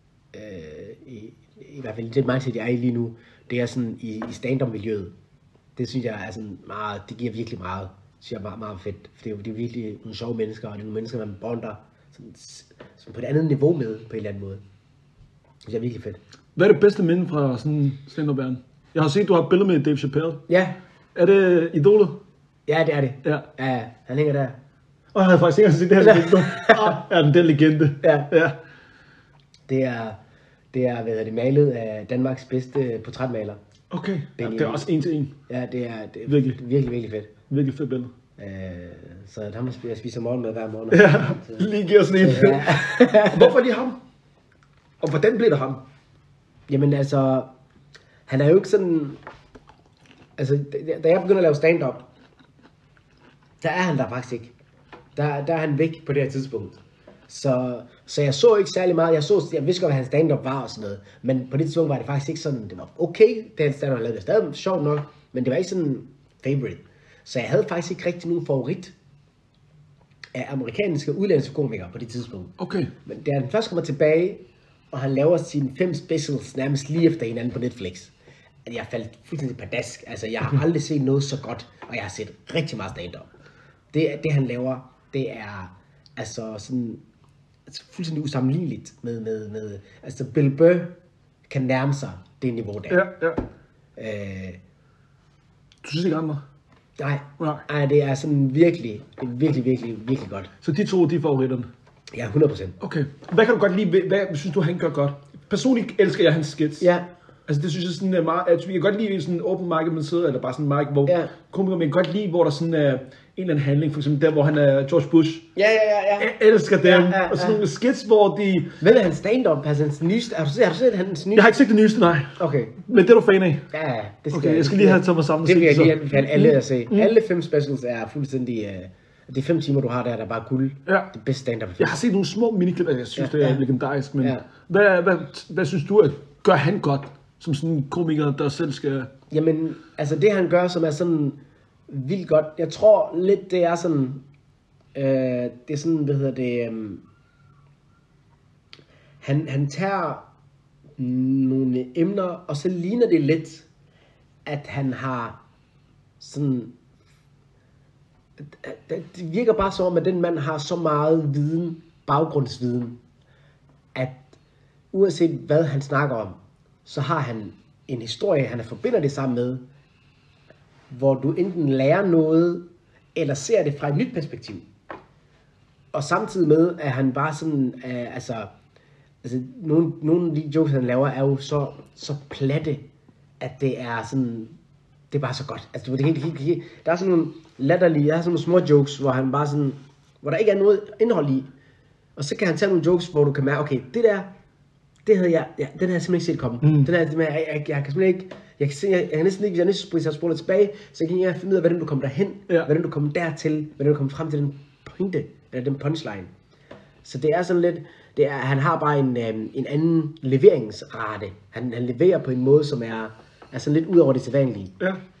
i hvert fald det mindset, jeg er i lige nu, det er sådan i stand-up-miljøet. Det synes jeg er sådan meget, det giver virkelig meget. Det synes jeg er meget, meget fedt. For det er virkelig nogle sjove mennesker, og det er nogle mennesker, man bonder sådan på et andet niveau med, på en eller anden måde. Det synes jeg er virkelig fedt. Hvad er det bedste minde fra sådan stand-up-verden? Jeg har set, du har et billede med Dave Chappelle. Ja. Er det idolet? Ja, det er det. Ja. Han hænger der. Jeg havde faktisk ikke set det her video. Ja, den legende. Ja. Det er malet af Danmarks bedste portrætmaler. Okay, ja, det er også 1 til 1. Ja, det er virkelig fedt. Virkelig fedt billede. Så der må jeg spise morgenmad hver morgen. Ja, lige giver sådan en. Ja. Hvorfor lige ham? Og hvordan blev det ham? Jamen altså, han er jo ikke sådan. Altså, da jeg begynder at lave stand-up, der er han der faktisk ikke. Der er han væk på det her tidspunkt. Så jeg så ikke særlig meget. Jeg vidste godt, hvad hans stand-up var og sådan noget. Men på det tidspunkt var det faktisk ikke sådan, det var okay. Det han stand-up lavede, det stadig sjovt nok. Men det var ikke sådan favorite. Så jeg havde faktisk ikke rigtig nogen favorit af amerikanske udlandske komikere på det tidspunkt. Okay. Men da han først kommer tilbage, og han laver sine 5 specials nærmest lige efter hinanden på Netflix, at jeg faldt fuldstændig padask. Altså, jeg har aldrig set noget så godt, og jeg har set rigtig meget stand-up. Det han laver, det er altså sådan fuldstændig usammenligneligt med altså Bill Burr kan nærme sig det niveau der. Ja. Du synes ikke andre? Nej, det er sådan virkelig godt. Så de to, de er favoritterne? Ja, 100%. Okay. Hvad kan du godt lide, hvad synes du, han gør godt? Personligt elsker jeg hans skits. Ja. Altså det synes jeg sådan er meget, jeg kan godt lide sådan en open mic, man sidder, eller bare sådan en mic, hvor komikere, men jeg kan godt lide, hvor der sådan er en eller anden handling, for eksempel der, hvor han er George Bush. Ja. Jeg elsker dem. Og sådan nogle skits, hvor de... Hvad er hans stand-up? Altså hans nyeste? Har du set hans nyeste? Jeg har ikke set det nyeste, nej. Okay. Men det er du fan af? Ja, det skal okay, jeg skal lige have taget mig sammen. Det vil jeg lige anbefale alle at se. Alle 5 specials er fuldstændig... det er 5 timer, du har der er bare guld. Ja. Det bedste stand-up. Jeg har set nogle små miniklip, jeg synes, det er legendarisk. Men hvad synes du, at gør han godt? Som sådan en komiker, der selv skal... Jamen, altså det han gør, som er sådan vildt godt. Jeg tror lidt, det er sådan... det er sådan, hvad hedder det... han tager nogle emner, og så ligner det lidt, at han har sådan... Det virker bare som om, at den mand har så meget viden, baggrundsviden, at uanset hvad han snakker om, så har han en historie, han forbinder det sammen med, hvor du enten lærer noget, eller ser det fra et nyt perspektiv. Og samtidig med, at han bare sådan, altså nogle af de jokes, han laver, er jo så platte, at det er sådan, det er bare så godt. Altså, det er helt, der er sådan nogle latterlige, der er sådan nogle små jokes, hvor han bare sådan, hvor der ikke er noget indhold i. Og så kan han tage nogle jokes, hvor du kan mærke, okay, det der, den havde jeg simpelthen ikke set komme. Den her, jeg kan simpelthen ikke, jeg kan næsten ikke, hvis jeg spoler tilbage, så jeg kan ikke finde ud af, hvordan du kommer derhen, hvordan du kommer dertil, hvordan du kommer frem til den pointe, eller den punchline. Så det er sådan lidt, han har bare en anden leveringsrate. Han leverer på en måde, som er sådan lidt ud over det sædvanlige.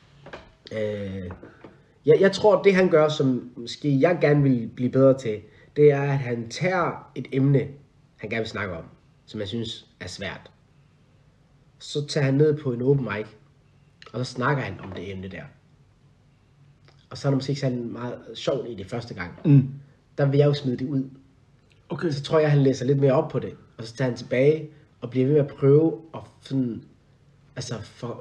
Ja. Jeg tror, det han gør, som måske jeg gerne vil blive bedre til, det er, at han tager et emne, han gerne vil snakke om, som jeg synes er svært. Så tager han ned på en open mic, og så snakker han om det emne der. Og så er det måske ikke særlig meget sjovt i det første gang. Der vil jeg jo smide det ud. Okay. Så tror jeg, han læser lidt mere op på det, og så tager han tilbage, og bliver ved med at prøve, og sådan, altså,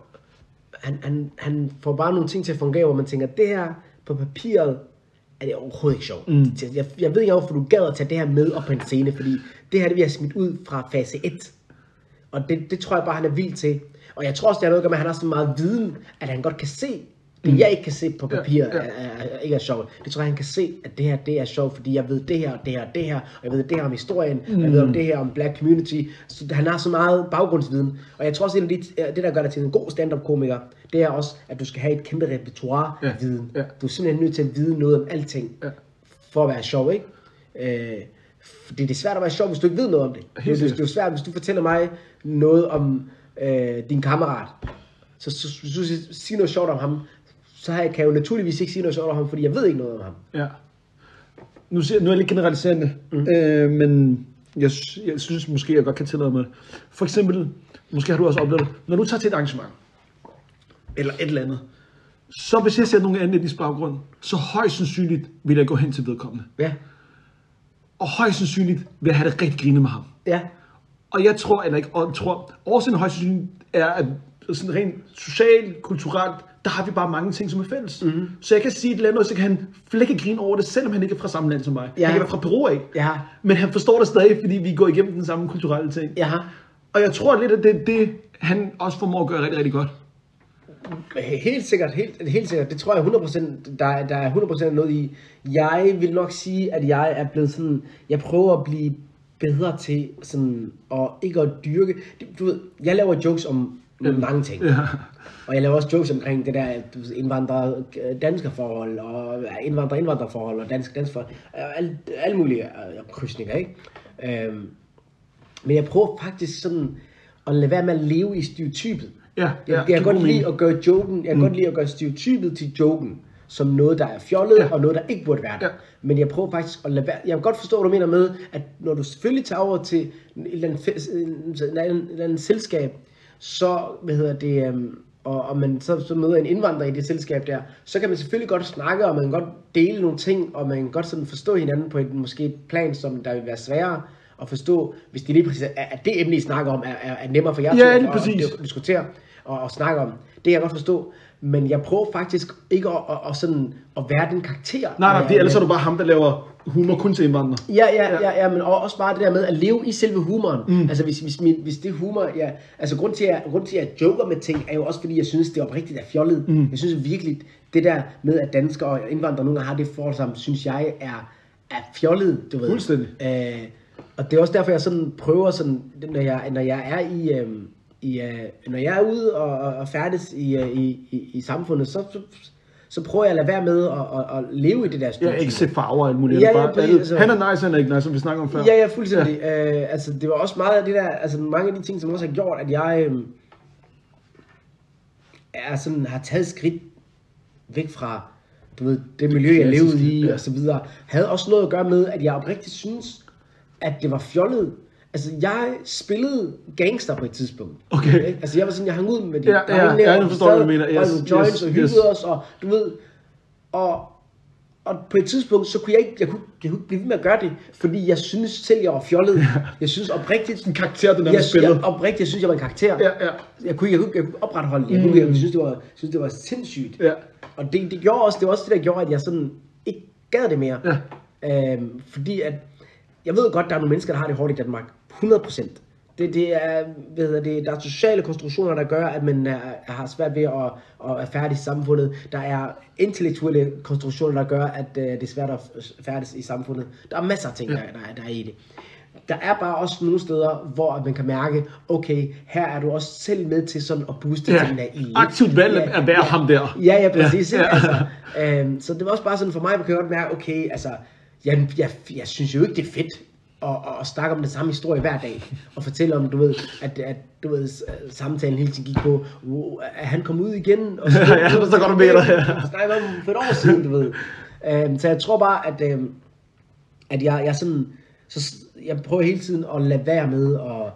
han får bare nogle ting til at fungere, hvor man tænker, det her på papiret, er det overhovedet ikke sjovt. Jeg ved ikke, hvorfor du gad at tage det her med op på en scene, fordi det her, det vi har smidt ud fra fase 1. Og det tror jeg bare, han er vild til. Og jeg tror også, det er noget at gøre med, at han har så meget viden, at han godt kan se, det jeg ikke kan se på papiret, ikke er sjovt. Det tror jeg, han kan se, at det her, det er sjovt, fordi jeg ved det her, og det her, og det her, og jeg ved det her om historien, og jeg ved om det her, om black community. Så han har så meget baggrundsviden. Og jeg tror også, at det, der gør dig til en god stand-up-komiker, det er også, at du skal have et kæmpe repertoire-viden. Du er simpelthen nødt til at vide noget om alting, for at være sjov, ikke? Fordi det er svært at være sjov, hvis du ikke ved noget om det. Det er svært, hvis du fortæller mig noget om din kammerat. Så hvis du siger noget sjovt om ham, så kan jeg jo naturligvis ikke sige noget sjovt om ham, fordi jeg ved ikke noget om ham. Ja. Nu er jeg lidt generaliserende, men jeg synes måske, jeg godt kan tillade mig det. For eksempel, måske har du også oplevet det, når du tager til et arrangement, eller et eller andet, så hvis jeg ser nogle andre etnisk baggrund, så højst sandsynligt vil jeg gå hen til vedkommende. Ja. Og højst sandsynligt vil jeg have det rigtig grine med ham. Ja. Og jeg tror, årsagen højst sandsynligt er, at sådan rent socialt, kulturelt, der har vi bare mange ting, som er fælles. Så jeg kan sige et eller andet, og så kan han flække grin over det, selvom han ikke er fra samme land som mig. Han kan være fra Peru af. Ja. Men han forstår det stadig, fordi vi går igennem den samme kulturelle ting. Ja. Og jeg tror lidt, at det er det, han også formår at gøre rigtig, rigtig godt. Helt sikkert. Det tror jeg 100%, der er 100% noget i. Jeg vil nok sige, at jeg er blevet sådan, jeg prøver at blive bedre til sådan, og ikke at dyrke. Du ved, jeg laver jokes om mange ting. Ja. Og jeg laver også jokes omkring det der indvandrer-dansker-forhold, og indvandrer-forhold, og dansk-forhold, alle mulige krydsninger, ikke? Men jeg prøver faktisk sådan at lade være med at leve i stereotypet. Ja, Jeg kan godt lide at gøre joken, jeg kan godt lide at gøre stereotypet til joken, som noget, der er fjollet, og noget, der ikke burde være der. Men jeg prøver faktisk at lade være. Jeg kan godt forstå, hvad du mener med, at når du selvfølgelig tager over til et eller andet selskab, så, og man så møder en indvandrer i det selskab der, så kan man selvfølgelig godt snakke, og man kan godt dele nogle ting, og man kan godt sådan forstå hinanden på et plan, som der vil være sværere at forstå, hvis det lige præcis at det emne, I snakker om, er nemmere for jer at diskutere og snakke om. Det kan jeg godt forstå. Men jeg prøver faktisk ikke at være den karakter. Nej, ellers er du bare ham, der laver humor kun til indvandrere. Ja, men også bare det der med at leve i selve humoren. Altså hvis det humor, altså grund til at jeg joker med ting, er jo også fordi jeg synes det er oprigtigt er fjollet. Jeg synes virkelig det der med at danskere og indvandrere nogle gange har det forhold sammen, synes jeg er fjollet, du ved. Fuldstændig. Og det er også derfor jeg sådan prøver sådan når jeg er når jeg er ude og færdes i samfundet, så prøver jeg at lade være med at leve i det der stykke. Ja, ikke se farver og alt muligt. Han er nice, han er ikke nice, som vi snakker om før. Ja, fuldstændig. Altså, det var også meget af det der, altså mange af de ting, som også har gjort, at jeg har taget skridt væk fra, du ved, det miljø, jeg levede i, og så videre, havde også noget at gøre med, at jeg oprigtigt synes, at det var fjollet. Altså, jeg spillede gangster på et tidspunkt. Okay. Altså, jeg var sådan, jeg hang ud med de drenge, og forstår, hvad du mener. Og joints og hyggede os, og du ved, og på et tidspunkt, så kunne jeg kunne ikke blive ved med at gøre det, fordi jeg synes selv, jeg var fjollet. Jeg synes oprigtigt... En karakter, den der spillet. Oprigtigt, jeg synes, jeg var en karakter. Jeg kunne opretholde det. Jeg synes, det var sindssygt. Ja. Og det gjorde også, det var også det, der gjorde, at jeg sådan ikke gad det mere. Ja. Fordi at, jeg ved godt, der er nogle mennesker, der har det hårdt i Danmark. 100%. Det er, der er sociale konstruktioner, der gør, at man har svært ved at færdig i samfundet. Der er intellektuelle konstruktioner, der gør, at det er svært at færdes i samfundet. Der er masser af ting, der er i det. Der er bare også nogle steder, hvor man kan mærke, okay, her er du også selv med til sådan at booste tingene i. Aktivt valg at være ham der. Ja, præcis. Ja. Altså, så det var også bare sådan for mig, at man kan godt mærke, okay, altså, jeg synes jo ikke, det er fedt og snakke om den samme historie hver dag, og fortælle om, du ved, at du ved, samtalen hele tiden gik på, at han kom ud igen, og så, så går du med dig, snakke om for et år siden, du ved. Så jeg tror bare, at jeg sådan, så jeg prøver hele tiden at lade være med, og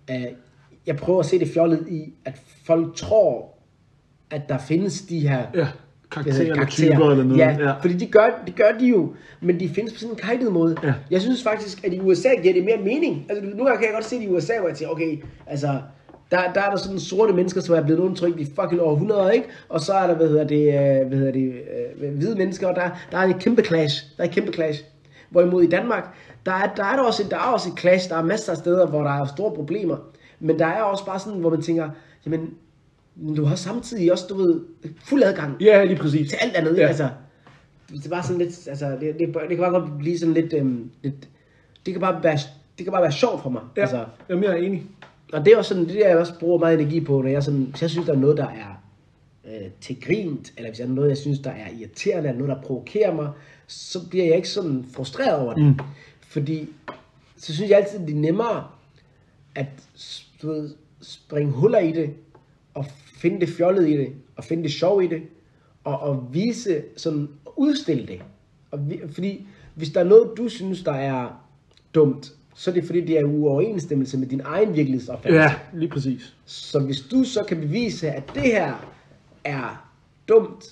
jeg prøver at se det fjollet i, at folk tror, at der findes de her karakterer. Typer eller noget. Ja, fordi det gør de jo, men de findes på sådan en kajtet måde. Ja. Jeg synes faktisk, at i USA giver det mere mening. Altså, nogle gange kan jeg godt se det i USA, hvor jeg tænker, okay, altså, der er der sådan sorte mennesker, som er blevet undertrykt i fucking århundreder, ikke? Og så er der, hvide mennesker, og der er et kæmpe clash. Hvorimod i Danmark, der er også et clash, der er masser af steder, hvor der er store problemer. Men der er også bare sådan, hvor man tænker, jamen, du har samtidig også, du ved, fuld adgang. Ja, lige præcis. Til alt andet, altså. Det er bare sådan lidt, altså, det kan bare godt blive sådan lidt, det kan bare være sjovt for mig. Ja, altså. Jamen, jeg er enig. Og det er også sådan, det jeg også bruger meget energi på, når jeg sådan, hvis jeg synes, der er noget, der er til grint, eller hvis der er noget, jeg synes, der er irriterende, eller noget, der provokerer mig, så bliver jeg ikke sådan frustreret over det. Fordi, så synes jeg altid, det er nemmere, at, du ved, springe huller i det, og finde det fjollede i det, og finde det sjov i det, og vise, sådan, udstille det. Fordi, hvis der er noget, du synes, der er dumt, så er det fordi, det er uoverensstemmelse med din egen virkelighedsopfattelse. Ja, lige præcis. Så hvis du så kan bevise, at det her er dumt,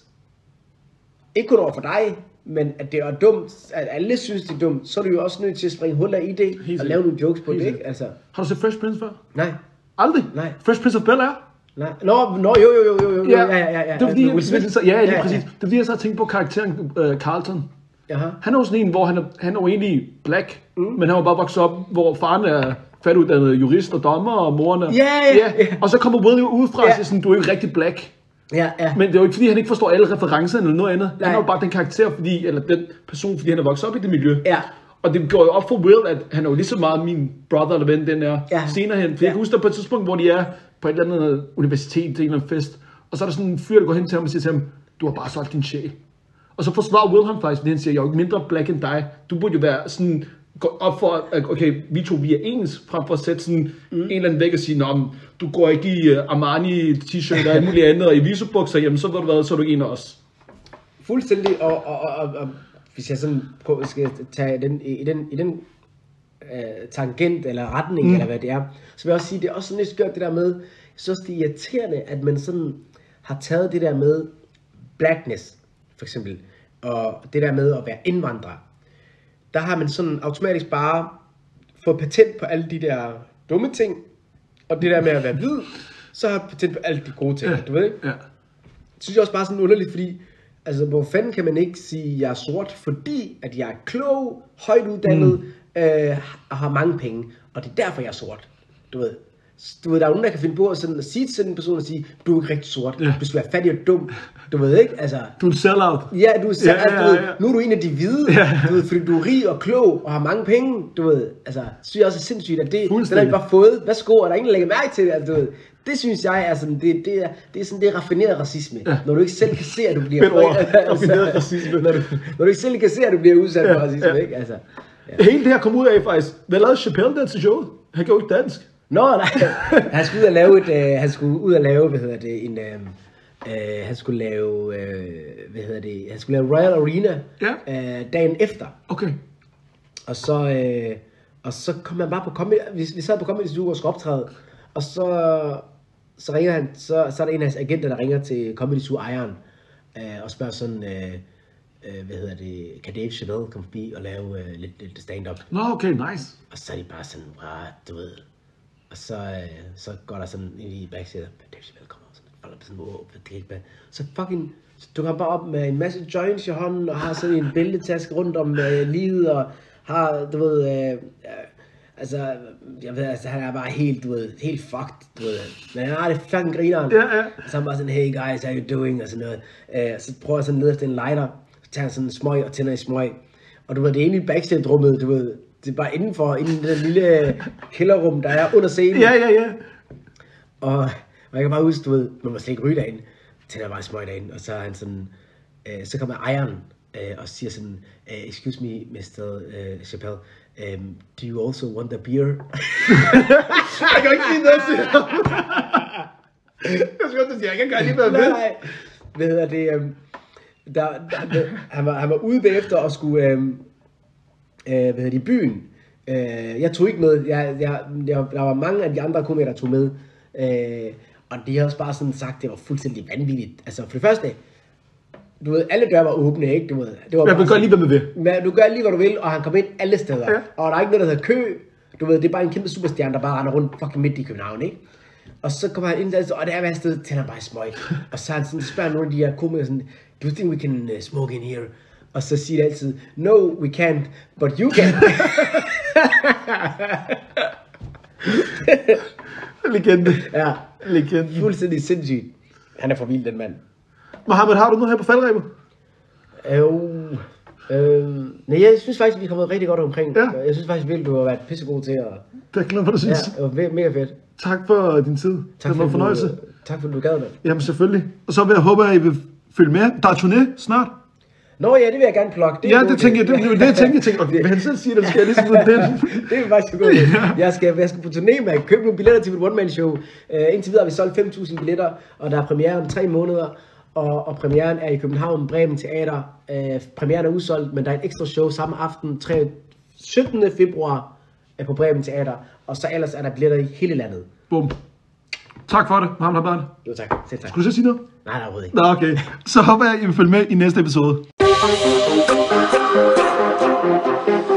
ikke kun over for dig, men at det er dumt, at alle synes, det er dumt, så er du jo også nødt til at springe huller i det, og lave nogle jokes på det, ikke? Altså. Har du set Fresh Prince før? Nej. Aldrig? Nej. Fresh Prince of Bel-Air? Nej. Nå, jo. Ja. Det var fordi, lige præcis. Det er fordi, jeg så har tænkt på karakteren Carlton. Aha. Han er jo sådan en, hvor han er jo egentlig black, men han var bare vokset op, hvor faren er færdiguddannet jurist og dommer, og moren er... Ja. Og så kommer Will jo udefra og siger sådan, du er ikke rigtig black. Ja. Men det er jo ikke fordi, han ikke forstår alle referencerne eller noget andet. Han er jo bare den karakter, fordi, eller den person, fordi han er vokset op i det miljø. Ja. Og det går jo op for Will, at han er jo lige så meget min brother eller ven, den er senere hen. For jeg kan huske, der på et tidspunkt, hvor de er på et eller andet universitet til en eller anden fest, og så er der sådan en fyr, der går hen til ham og siger til ham, du har bare solgt din sjæl. Og så forsvarer Will ham faktisk, fordi han siger, jeg er jo ikke mindre black end dig. Du burde jo være sådan, gå op for, at okay, vi er ens, frem for at sætte sådan en eller anden væk og sige, nå, du går ikke i Armani t-shirt og alt muligt andet, og i visubukser, jamen så var du været, så er du ikke en af os. Fuldstændig, og hvis jeg sådan skal tage den, i den tangent eller retning, eller hvad det er, så vil jeg også sige, det er også sådan lidt skørt det der med, jeg synes det er irriterende, at man sådan har taget det der med blackness, for eksempel, og det der med at være indvandrer. Der har man sådan automatisk bare fået patent på alle de der dumme ting, og det der med at være hvid, så har patent på alle de gode ting, du ved ikke? Ja. Det synes jeg også bare sådan underligt, fordi altså, hvor fanden kan man ikke sige, at jeg er sort, fordi at jeg er klog, højt uddannet, og har mange penge, og det er derfor, jeg er sort, du ved. Der er nogen, der kan finde på at sige til sådan en person og sige, du er ikke rigtig sort, hvis du er fattig og dum, du ved ikke, altså. Du er en sellout. Ja, du er sellout, nu er du en af de hvide, du ved, fordi du er rig og klog og har mange penge, du ved, altså, synes jeg også er sindssygt, at den har vi bare fået, værsgo, og der er ingen, der lægger mærke til det, altså, du ved. Det synes jeg er sådan, det er sådan, det er raffineret racisme, når du ikke selv kan se, at du bliver raffineret racisme, når du ikke selv kan se, at du bliver udsat for racisme, ikke, altså. Ja. Hele det her kom ud af faktisk, hvad lavede Chappelle der til showet? Han gjorde ikke dansk. Nå, nej. Han skulle ud og lave han skulle lave Royal Arena dagen efter. Okay. Og så kom han bare på Comedy, vi sad på Comedy Zoo og skulle optræde, og så ringer han, så er der en af hans agenter, der ringer til Comedy Zoo ejeren, og spørger sådan, kan Dave Chappelle komme forbi og lave lidt stand-up? Nå, okay, nice. Og så er de bare sådan, du ved. Og så går der sådan ind i backstage, Dave Chappelle kommer og sådan, så fucking, du kommer bare op med en masse joints i hånden, og har sådan en bæltetaske rundt om livet, og har, du ved, altså, jeg ved, altså, han er bare helt, du ved, helt fucked, du ved, men han har det fucking grineren, så han bare sådan, hey guys, how you doing, og sådan noget, så prøver jeg sådan ned efter en lighter, så tager han sådan en smøg og tænder en smøg, og du ved, det er inde i backstage-rummet, du ved, det er bare inden i det lille kælderrum, der er under scenen. Ja. Og jeg kan bare huske, du ved, man må slet ikke ryge derinde. Tænder bare smøg derinde, og så er han sådan, så kommer ejeren og siger sådan, excuse me, Mr. Chappelle, do you also want a beer? Jeg kan ikke sige noget til ham. Jeg skal godt sige, jeg kan gøre lige være med. Nej, hvad hedder det, han var ude bagefter og skulle, i byen. Jeg tog ikke med. Der var mange af de andre komiker, der tog med. Og de har også bare sådan sagt, det var fuldstændig vanvittigt. Altså for det første, du ved, alle døre var åbne, ikke? Du ved, det var du gør lige, hvad man vil. Du gør lige, hvad du vil, og han kom ind alle steder. Ja. Og der er ikke noget, der hedder kø. Du ved, det er bare en kæmpe superstjerne, der bare render rundt fucking midt i København, ikke? Og så kommer han ind og det er værste sted, tænder bare smøg. Og så han sådan, spørger nogle af de her komikere sådan, do you think we can smoke in here? Og så siger de altid, no, we can't, but you can. Legende. Ja. Legende. Fuldstændig sindssygt. Han er for vild, den mand. Mohammed, har du noget her på faldrebet? Nej, jeg synes faktisk, vi er kommet rigtig godt omkring. Ja. Jeg synes faktisk virkelig, du har været pissegod til at... Det er klart, hvad du synes. Ja, det var mega fedt. Tak for din tid. Tak det var en fornøjelse. Tak for, at du gad, mand. Jamen selvfølgelig. Og så vil jeg håbe, at I vil følge med. Der er turné snart. Nå ja, det vil jeg gerne plukke. Ja, det tænker jeg. Det jeg tænker. Og han selv siger, at skal jeg ligesom ud den. Det er faktisk godt. Jeg skal på turné med at købe nogle billetter til mit one-man-show. Indtil videre har vi solgt 5.000 billetter, og der er premiere om 3 måneder. Og premieren er i København, Bremen Teater. Premieren er udsolgt, men der er et ekstra show samme aften, 17. februar på Bremen Teater. Og så ellers er der billetter i hele landet. Bum. Tak for det, Mohammed Habban. Jo, tak. Selv tak. Skulle du så sige noget? Nej, overhovedet ikke. Nå, okay. Så håber jeg, at I vil følge med i næste episode.